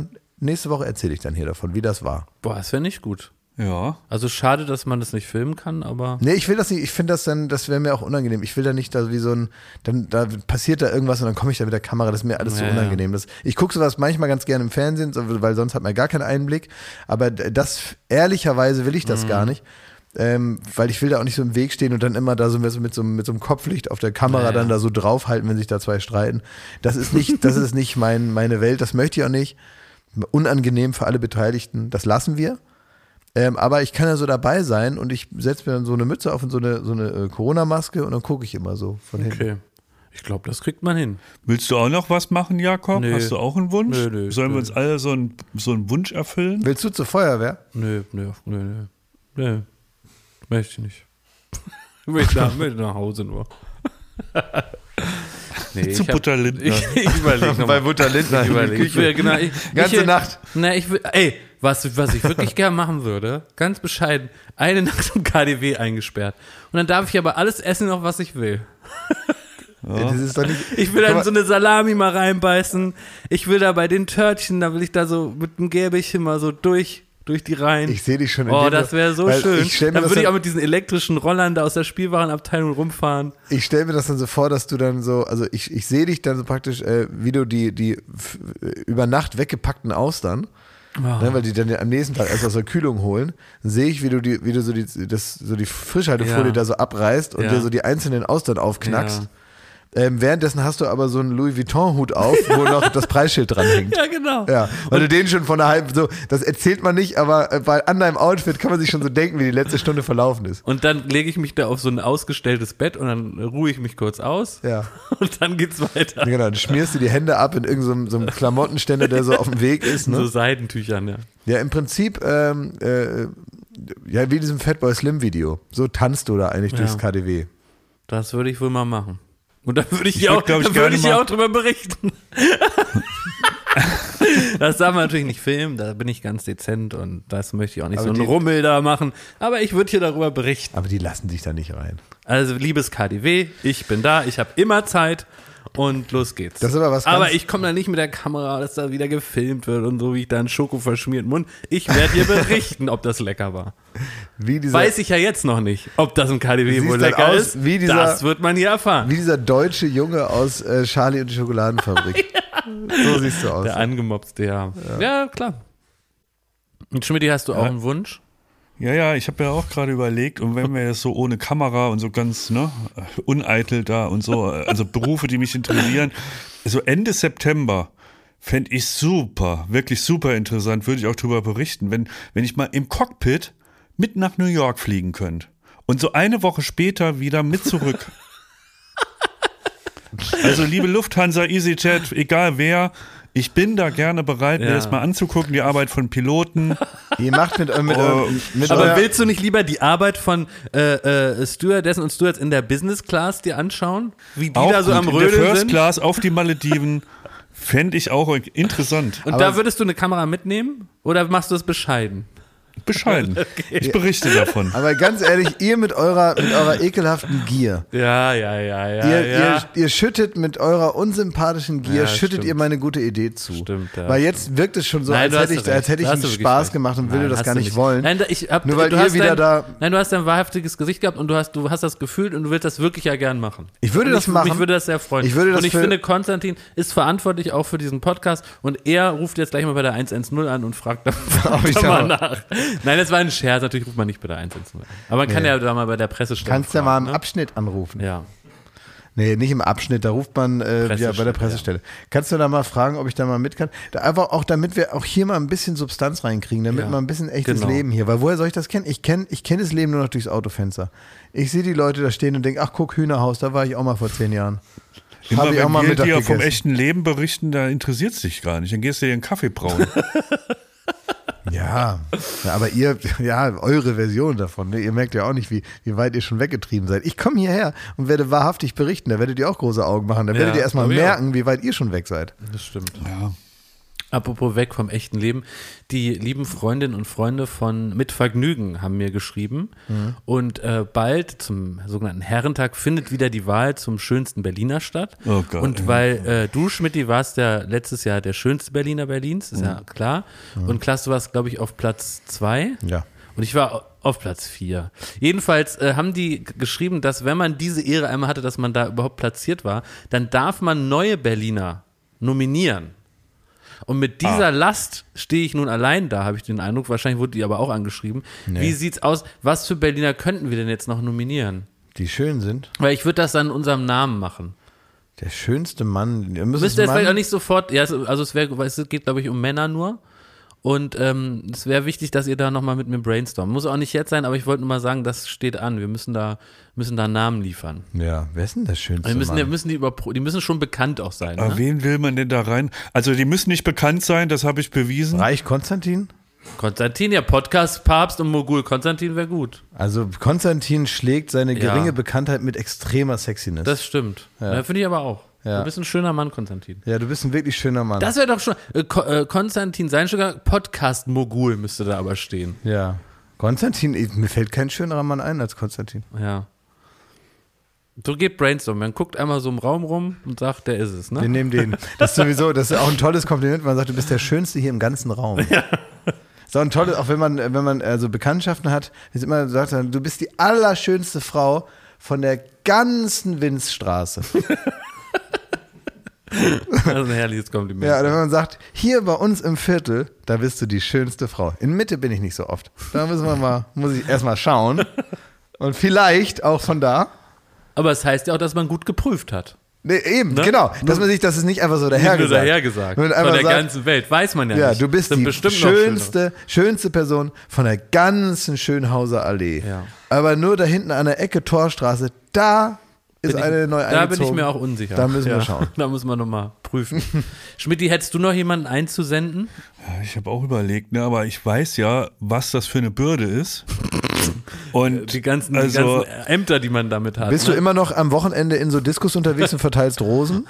nächste Woche erzähle ich dann hier davon, wie das war. Boah, das wäre nicht gut. Ja. Also schade, dass man das nicht filmen kann, aber. Nee, ich will das nicht, ich finde das dann, das wäre mir auch unangenehm. Ich will da nicht da wie so ein, dann da passiert da irgendwas und dann komme ich da mit der Kamera, das ist mir alles so unangenehm. Ich gucke sowas manchmal ganz gerne im Fernsehen, weil sonst hat man gar keinen Einblick, aber das, ehrlicherweise will ich das gar nicht. Weil ich will da auch nicht so im Weg stehen und dann immer da so mit so einem Kopflicht auf der Kamera dann da so draufhalten, wenn sich da zwei streiten. Das ist nicht meine Welt, das möchte ich auch nicht. Unangenehm für alle Beteiligten, das lassen wir. Aber ich kann ja so dabei sein und ich setze mir dann so eine Mütze auf und so eine Corona-Maske und dann gucke ich immer so von hinten. Okay. Ich glaube, das kriegt man hin. Willst du auch noch was machen, Jakob? Nee. Hast du auch einen Wunsch? Nö, Sollen wir uns alle so einen Wunsch erfüllen? Willst du zur Feuerwehr? Nö. Möchte ich nicht. Möchte nach Hause nur. Nee, zu Butter Lindner. Ich überlege noch. Bei Butter Lindner. Ganze Nacht. Was ich wirklich gern machen würde, ganz bescheiden, eine Nacht im KaDeWe eingesperrt. Und dann darf ich aber alles essen, noch was ich will. Ja. Das ist doch nicht, ich will dann so eine Salami mal reinbeißen. Ich will da bei den Törtchen, da will ich da so mit dem Gäbelchen mal so durch die Reihen. Ich sehe dich schon. Oh, das wäre so schön. Dann würde ich auch mit diesen elektrischen Rollern da aus der Spielwarenabteilung rumfahren. Ich stelle mir das dann so vor, dass du dann so, also ich sehe dich dann so praktisch, wie du die über Nacht weggepackten Austern, weil die dann am nächsten Tag erst aus der Kühlung holen, sehe ich, wie du die Frischhaltefolie da so abreißt und dir so die einzelnen Austern aufknackst. Ja. Währenddessen hast du aber so einen Louis Vuitton-Hut auf, wo noch das Preisschild dran hängt. Ja, genau. Ja, weil du den schon von einer halben, so, das erzählt man nicht, aber an deinem Outfit kann man sich schon so denken, wie die letzte Stunde verlaufen ist. Und dann lege ich mich da auf so ein ausgestelltes Bett und dann ruhe ich mich kurz aus. Ja. Und dann geht's weiter. Genau, dann schmierst du die Hände ab in irgendeinem so einem Klamottenständer, der so auf dem Weg ist. Ne? So Seidentüchern, ja. Ja, im Prinzip, wie in diesem Fatboy Slim Video. So tanzt du da eigentlich durchs KaDeWe. Das würde ich wohl mal machen. Und dann würde ich dir auch drüber berichten. Das darf man natürlich nicht filmen, da bin ich ganz dezent und das möchte ich auch nicht aber so einen Rummel da machen. Aber ich würde hier darüber berichten. Aber die lassen dich da nicht rein. Also, liebes KaDeWe, ich bin da, ich habe immer Zeit. Und los geht's. Das ist aber ich komme da nicht mit der Kamera, dass da wieder gefilmt wird und so, wie ich da einen schokoverschmierten Mund. Ich werde dir berichten, ob das lecker war. Weiß ich ja jetzt noch nicht, ob das im KaDeWe wohl lecker ist. Das wird man hier erfahren. Wie dieser deutsche Junge aus Charlie und die Schokoladenfabrik. So siehst du aus. Der angemobste, ja. Ja, klar. Und Schmidti, hast du auch einen Wunsch? Ja, ich habe ja auch gerade überlegt, und wenn wir jetzt so ohne Kamera und so ganz uneitel da und so, also Berufe, die mich interessieren, so Ende September fände ich super, wirklich super interessant, würde ich auch darüber berichten, wenn ich mal im Cockpit mit nach New York fliegen könnte und so eine Woche später wieder mit zurück. Also liebe Lufthansa, EasyJet, egal wer, ich bin da gerne bereit, mir das mal anzugucken, die Arbeit von Piloten. Ihr macht mit aber willst du nicht lieber die Arbeit von Stewardessen und Stewards in der Business Class dir anschauen? Wie die auch da so gut. Am Rödeln sind? In der First Class auf die Malediven fände ich auch interessant. Und da würdest du eine Kamera mitnehmen oder machst du es bescheiden? Bescheiden. Okay. Ich berichte davon. Aber ganz ehrlich, ihr mit eurer ekelhaften Gier. Ja. Ihr schüttet mit eurer unsympathischen Gier, schüttet ihr meine gute Idee zu. Stimmt, ja. Weil jetzt wirkt es schon so, als hätte ich einen Spaß gemacht und würde das gar nicht wollen. Nein, nur weil ihr wieder da... Nein, du hast ein wahrhaftiges Gesicht gehabt und du hast das gefühlt und du willst das wirklich ja gern machen. Ich würde das machen. Ich würde das sehr freuen. Und ich finde, Konstantin ist verantwortlich auch für diesen Podcast und er ruft jetzt gleich mal bei der 110 an und fragt da mal nach. Nein, das war ein Scherz. Natürlich ruft man nicht bei der 110 an. Aber man kann ja da mal bei der Pressestelle Kannst ja mal im Abschnitt anrufen. Ja. Nee, nicht im Abschnitt, da ruft man bei der Pressestelle. Ja. Kannst du da mal fragen, ob ich da mal mit kann? Einfach auch, damit wir auch hier mal ein bisschen Substanz reinkriegen, damit wir ein bisschen echtes Leben hier. Weil woher soll ich das kennen? Ich kenn das Leben nur noch durchs Autofenster. Ich sehe die Leute da stehen und denke, ach guck, Hühnerhaus, da war ich auch mal vor 10 Jahren. Immer wenn wir dir vom echten Leben berichten, da interessiert es dich gar nicht. Dann gehst du dir einen Kaffee brauen. Ja, aber eure Version davon, ne? Ihr merkt ja auch nicht, wie weit ihr schon weggetrieben seid. Ich komme hierher und werde wahrhaftig berichten, da werdet ihr auch große Augen machen, da werdet ihr erstmal merken, wie weit ihr schon weg seid. Das stimmt. Ja. Apropos weg vom echten Leben, die lieben Freundinnen und Freunde von Mit Vergnügen haben mir geschrieben und bald zum sogenannten Herrentag findet wieder die Wahl zum schönsten Berliner statt. Oh Gott, und weil du, Schmidti, warst ja letztes Jahr der schönste Berliner Berlins, ist ja klar. Und Klaas, du warst, glaube ich, auf Platz 2. Ja. Und ich war auf Platz 4. Jedenfalls haben die geschrieben, dass wenn man diese Ehre einmal hatte, dass man da überhaupt platziert war, dann darf man neue Berliner nominieren. Und mit dieser Last stehe ich nun allein da, habe ich den Eindruck. Wahrscheinlich wurde die aber auch angeschrieben. Nee. Wie sieht's aus? Was für Berliner könnten wir denn jetzt noch nominieren? Die schön sind? Weil ich würde das dann in unserem Namen machen. Der schönste Mann. Müsst ihr jetzt vielleicht auch nicht sofort, ja, also es geht, glaube ich, um Männer nur. Und es wäre wichtig, dass ihr da nochmal mit mir brainstormt. Muss auch nicht jetzt sein, aber ich wollte nur mal sagen, das steht an. Wir müssen da Namen liefern. Ja, wer ist denn der schönste Mann? Die müssen schon bekannt auch sein. Aber ne? wen will man denn da rein? Also die müssen nicht bekannt sein, das habe ich bewiesen. Reich Konstantin? Konstantin, ja, Podcast, Papst und Mogul. Konstantin wäre gut. Also Konstantin schlägt seine geringe Bekanntheit mit extremer Sexiness. Das stimmt. Ja. Finde ich aber auch. Ja. Du bist ein schöner Mann, Konstantin. Ja, du bist ein wirklich schöner Mann. Das wäre doch schon, Konstantin Seinschüger, Podcast-Mogul müsste da aber stehen. Ja. Konstantin, mir fällt kein schönerer Mann ein als Konstantin. Ja. So geht Brainstorm. Man guckt einmal so im Raum rum und sagt, der ist es, ne? Wir nehmen den. Das ist sowieso, das ist auch ein tolles Kompliment, man sagt, du bist der Schönste hier im ganzen Raum. Ja. Ist auch ein tolles, auch wenn man also Bekanntschaften hat, ist immer sagt, du bist die allerschönste Frau von der ganzen Winzstraße. Das ist ein herrliches Kompliment. Ja, oder wenn man sagt, hier bei uns im Viertel, da bist du die schönste Frau. In Mitte bin ich nicht so oft. Da muss ich erstmal schauen. Und vielleicht auch von da. Aber es heißt ja auch, dass man gut geprüft hat. Nee, eben, ne? Genau. Dass ist nicht einfach so dahergesagt. Von der ganzen Welt, weiß man ja nicht. Ja, du bist die schönste Person von der ganzen Schönhauser Allee. Ja. Aber nur da hinten an der Ecke Torstraße, da ist eine neu eingezogen. Da bin ich mir auch unsicher. Da müssen wir schauen. Da müssen wir nochmal prüfen. Schmidti, hättest du noch jemanden einzusenden? Ja, ich habe auch überlegt, ne, aber ich weiß ja, was das für eine Bürde ist. Und die ganzen Ämter, die man damit hat. Bist du immer noch am Wochenende in so Diskus unterwegs und verteilst Rosen?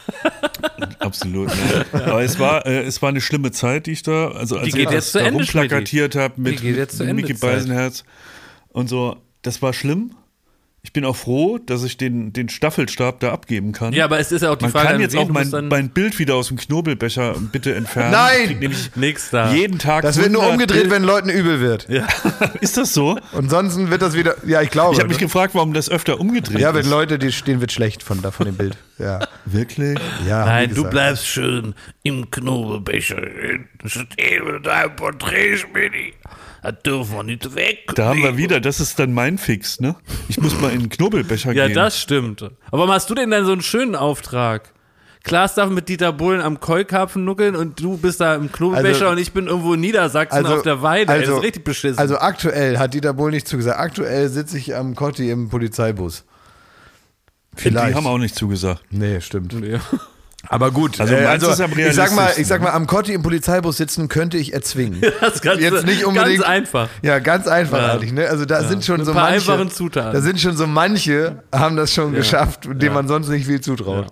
Absolut. Ne. Aber es war eine schlimme Zeit, die ich da, also als ich da rumplakatiert habe mit Micky Beisenherz und so, das war schlimm. Ich bin auch froh, dass ich den Staffelstab da abgeben kann. Ja, aber es ist ja auch die Frage, man kann jetzt auch mein Bild wieder aus dem Knobelbecher bitte entfernen. Nein! Nämlich nix da. Jeden Tag. Das wird nur umgedreht, wenn Leuten übel wird. Ja. Ist das so? Und sonst wird das wieder, ja, ich glaube. Ich habe mich gefragt, warum das öfter umgedreht ist. Ja, wenn Leute, denen wird schlecht von dem Bild. Ja. Wirklich? Ja. Nein, du bleibst schön im Knobelbecher stehen mit deinem Porträt, Schmidti. Das dürfen wir nicht weg. Da haben wir wieder, das ist dann mein Fix, ne? Ich muss mal in den Knobelbecher gehen. Ja, das stimmt. Aber warum hast du denn dann so einen schönen Auftrag? Klaas darf mit Dieter Bohlen am Keukarpfen nuckeln und du bist da im Knobelbecher und ich bin irgendwo in Niedersachsen auf der Weide. Das ist richtig beschissen. Also aktuell hat Dieter Bohlen nicht zugesagt. Aktuell sitze ich am Kotti im Polizeibus. Vielleicht. Die haben auch nicht zugesagt. Nee, stimmt. Nee. Aber gut, also ich sag mal, am Kotti im Polizeibus sitzen könnte ich erzwingen. Das Ganze, jetzt nicht unbedingt. Ganz einfach. Ja, ganz einfach eigentlich. Ne? Also da sind schon so manche. Einfachen Zutaten. Da sind schon so manche, haben das schon geschafft, denen man sonst nicht viel zutraut.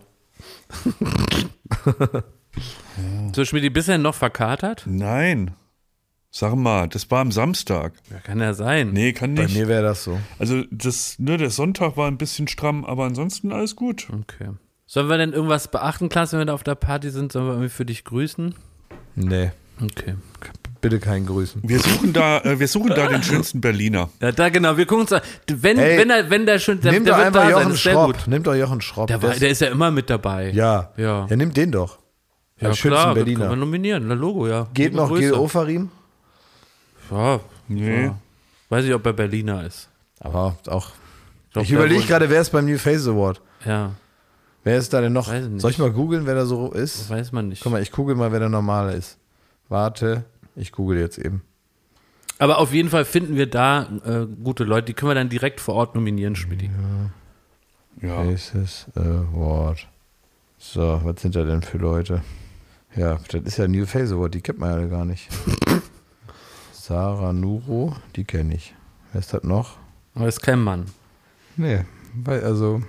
Ja. So, Schmidti, bisher noch verkatert? Nein. Sag mal, das war am Samstag. Ja, kann ja sein. Nee, kann nicht. Bei mir wäre das so. Also der Sonntag war ein bisschen stramm, aber ansonsten alles gut. Okay. Sollen wir denn irgendwas beachten, Klaas, wenn wir da auf der Party sind? Sollen wir irgendwie für dich grüßen? Nee. Okay. Bitte keinen Grüßen. Wir suchen da den schönsten Berliner. Ja, da genau. Wir gucken uns da. Wenn der schönste, nehmt der doch wird einfach da Jochen sein, ist sehr Schropp. gut. Nehmt doch Jochen Schropp. Der ist ja immer mit dabei. Ja. Nimmt den doch. Ja, schönsten klar, Berliner. Können wir nominieren. Na, Logo, ja. Geht noch Gil Ofarim? Ja. Nee. Ja. Weiß ich, ob er Berliner ist. Aber auch. Ich überlege gerade, wer ist beim New Face Award? Ja. Wer ist da denn noch? Weiß nicht. Soll ich mal googeln, wer da so ist? Das weiß man nicht. Guck mal, ich google mal, wer der Normale ist. Warte, ich google jetzt eben. Aber auf jeden Fall finden wir da gute Leute, die können wir dann direkt vor Ort nominieren, Schmidti. Ja. Faces Award. So, was sind da denn für Leute? Ja, das ist ja New Face Award, die kennt man ja gar nicht. Sarah Nuro, die kenne ich. Wer ist das noch? Aber ist kein Mann. Nee, weil also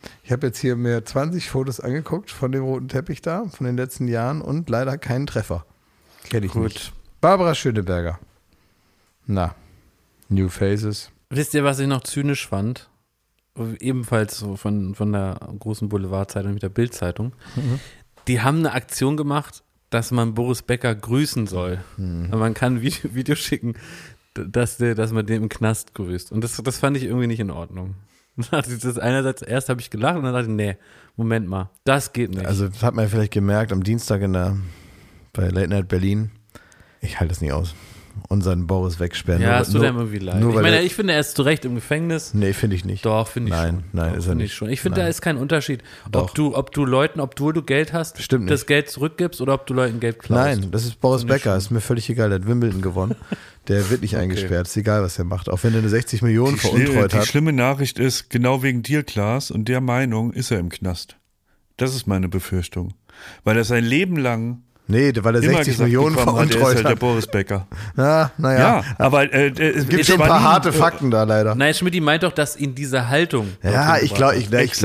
Ich habe jetzt hier mir 20 Fotos angeguckt von dem roten Teppich da, von den letzten Jahren und leider keinen Treffer. Kenne ich nicht. Barbara Schöneberger. Na, New Faces. Wisst ihr, was ich noch zynisch fand? Ebenfalls so von der großen Boulevardzeitung mit der Bild-Zeitung. Die haben eine Aktion gemacht, dass man Boris Becker grüßen soll. Man kann ein Video schicken, dass man den im Knast grüßt. Und das fand ich irgendwie nicht in Ordnung. Das einerseits, erst habe ich gelacht und dann dachte ich, nee, Moment mal, das geht nicht. Also das hat man ja vielleicht gemerkt am Dienstag bei Late Night Berlin. Ich halte es nicht aus. Unseren Boris wegsperren. Ja, es tut einem irgendwie leid. Ich finde, er ist zu Recht im Gefängnis. Nee, finde ich nicht. Doch, finde ich schon. Nein, ist er nicht. Ich finde, da ist kein Unterschied. Ob du Leuten, obwohl du Geld hast, das Geld zurückgibst oder ob du Leuten Geld klaust. Nein, das ist Boris Becker. Ist mir völlig egal. Der hat Wimbledon gewonnen. Der wird nicht eingesperrt. Ist egal, was er macht. Auch wenn er eine 60 Millionen veruntreut hat. Die schlimme Nachricht ist, genau wegen dir, Klaas, und der Meinung ist er im Knast. Das ist meine Befürchtung. Weil er sein Leben lang Nee, weil er 60 Millionen veruntreut hat. Der Boris Becker. Naja. Ja, aber es gibt schon ein paar harte Fakten da leider. Nein, Schmidt meint doch, dass ihn diese Haltung. Ja, ich glaube,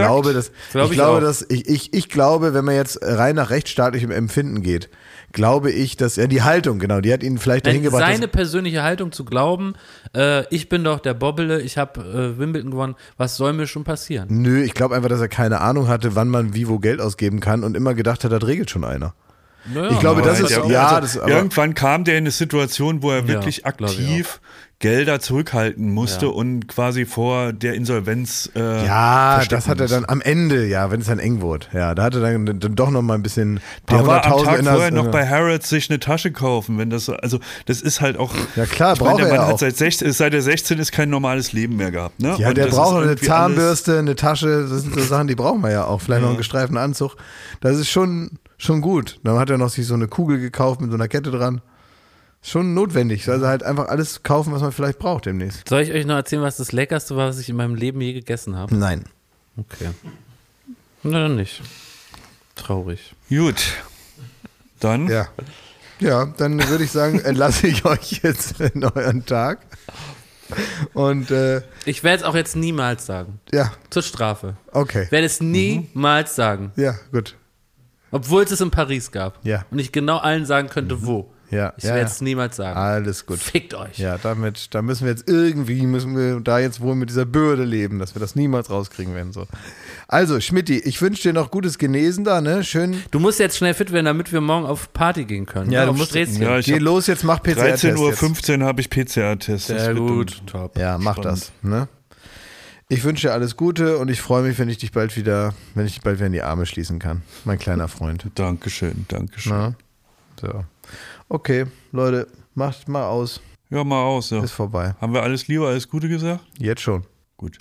wenn man jetzt rein nach rechtsstaatlichem Empfinden geht, glaube ich, dass die Haltung, genau, die hat ihn vielleicht dahin gebracht. Seine persönliche Haltung zu glauben, ich bin doch der Bobbele, ich habe Wimbledon gewonnen, was soll mir schon passieren? Nö, ich glaube einfach, dass er keine Ahnung hatte, wann man wie wo Geld ausgeben kann und immer gedacht hat, das regelt schon einer. Naja, ich glaube, das ist irgendwann kam der in eine Situation, wo er wirklich aktiv Gelder zurückhalten musste und quasi vor der Insolvenz das hat er dann am Ende, wenn es dann eng wurde. Ja, da hat er dann doch noch mal ein bisschen der war am Tag vorher noch bei Harrods sich eine Tasche kaufen, wenn das das ist halt auch. Ja klar, braucht er ja auch. Seit er 16 ist kein normales Leben mehr gehabt, ne? Ja, der braucht eine Zahnbürste, eine Tasche, das sind so Sachen, die brauchen wir ja auch. Vielleicht noch einen gestreiften Anzug. Das ist schon gut. Dann hat er noch sich so eine Kugel gekauft mit so einer Kette dran. Schon notwendig. Also halt einfach alles kaufen, was man vielleicht braucht demnächst. Soll ich euch noch erzählen, was das Leckerste war, was ich in meinem Leben je gegessen habe? Nein. Okay. Na dann nicht. Traurig. Gut. Dann? Ja, dann würde ich sagen, entlasse ich euch jetzt in euren Tag. Und ich werde es auch jetzt niemals sagen. Ja. Zur Strafe. Okay. Ich werde es niemals sagen. Ja, gut. Obwohl es in Paris gab. Ja. Und ich genau allen sagen könnte, wo. Ja, ich werde es niemals sagen. Alles gut. Fickt euch. Ja, da müssen wir jetzt da jetzt wohl mit dieser Bürde leben, dass wir das niemals rauskriegen werden. So. Also, Schmidti, ich wünsche dir noch gutes Genesen da, ne? Schön. Du musst jetzt schnell fit werden, damit wir morgen auf Party gehen können. Ja, du musst geh los, jetzt mach PCR-Test. 13:15 Uhr habe ich PCR-Test. Sehr gut, top. Ja, mach das, ne? Ich wünsche dir alles Gute und ich freue mich, wenn ich dich bald wieder in die Arme schließen kann. Mein kleiner Freund. Dankeschön. Na? So. Okay, Leute, macht mal aus. Ja, mal aus. Ja. Ist vorbei. Haben wir alles Liebe, alles Gute gesagt? Jetzt schon. Gut.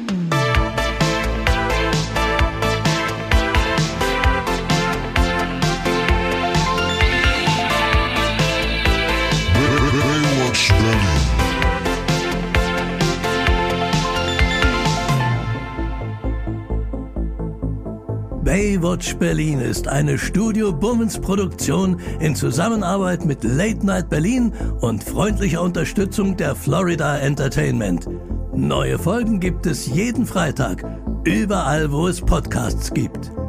Baywatch Berlin ist eine Studio Bummens Produktion in Zusammenarbeit mit Late Night Berlin und freundlicher Unterstützung der Florida Entertainment. Neue Folgen gibt es jeden Freitag, überall wo es Podcasts gibt.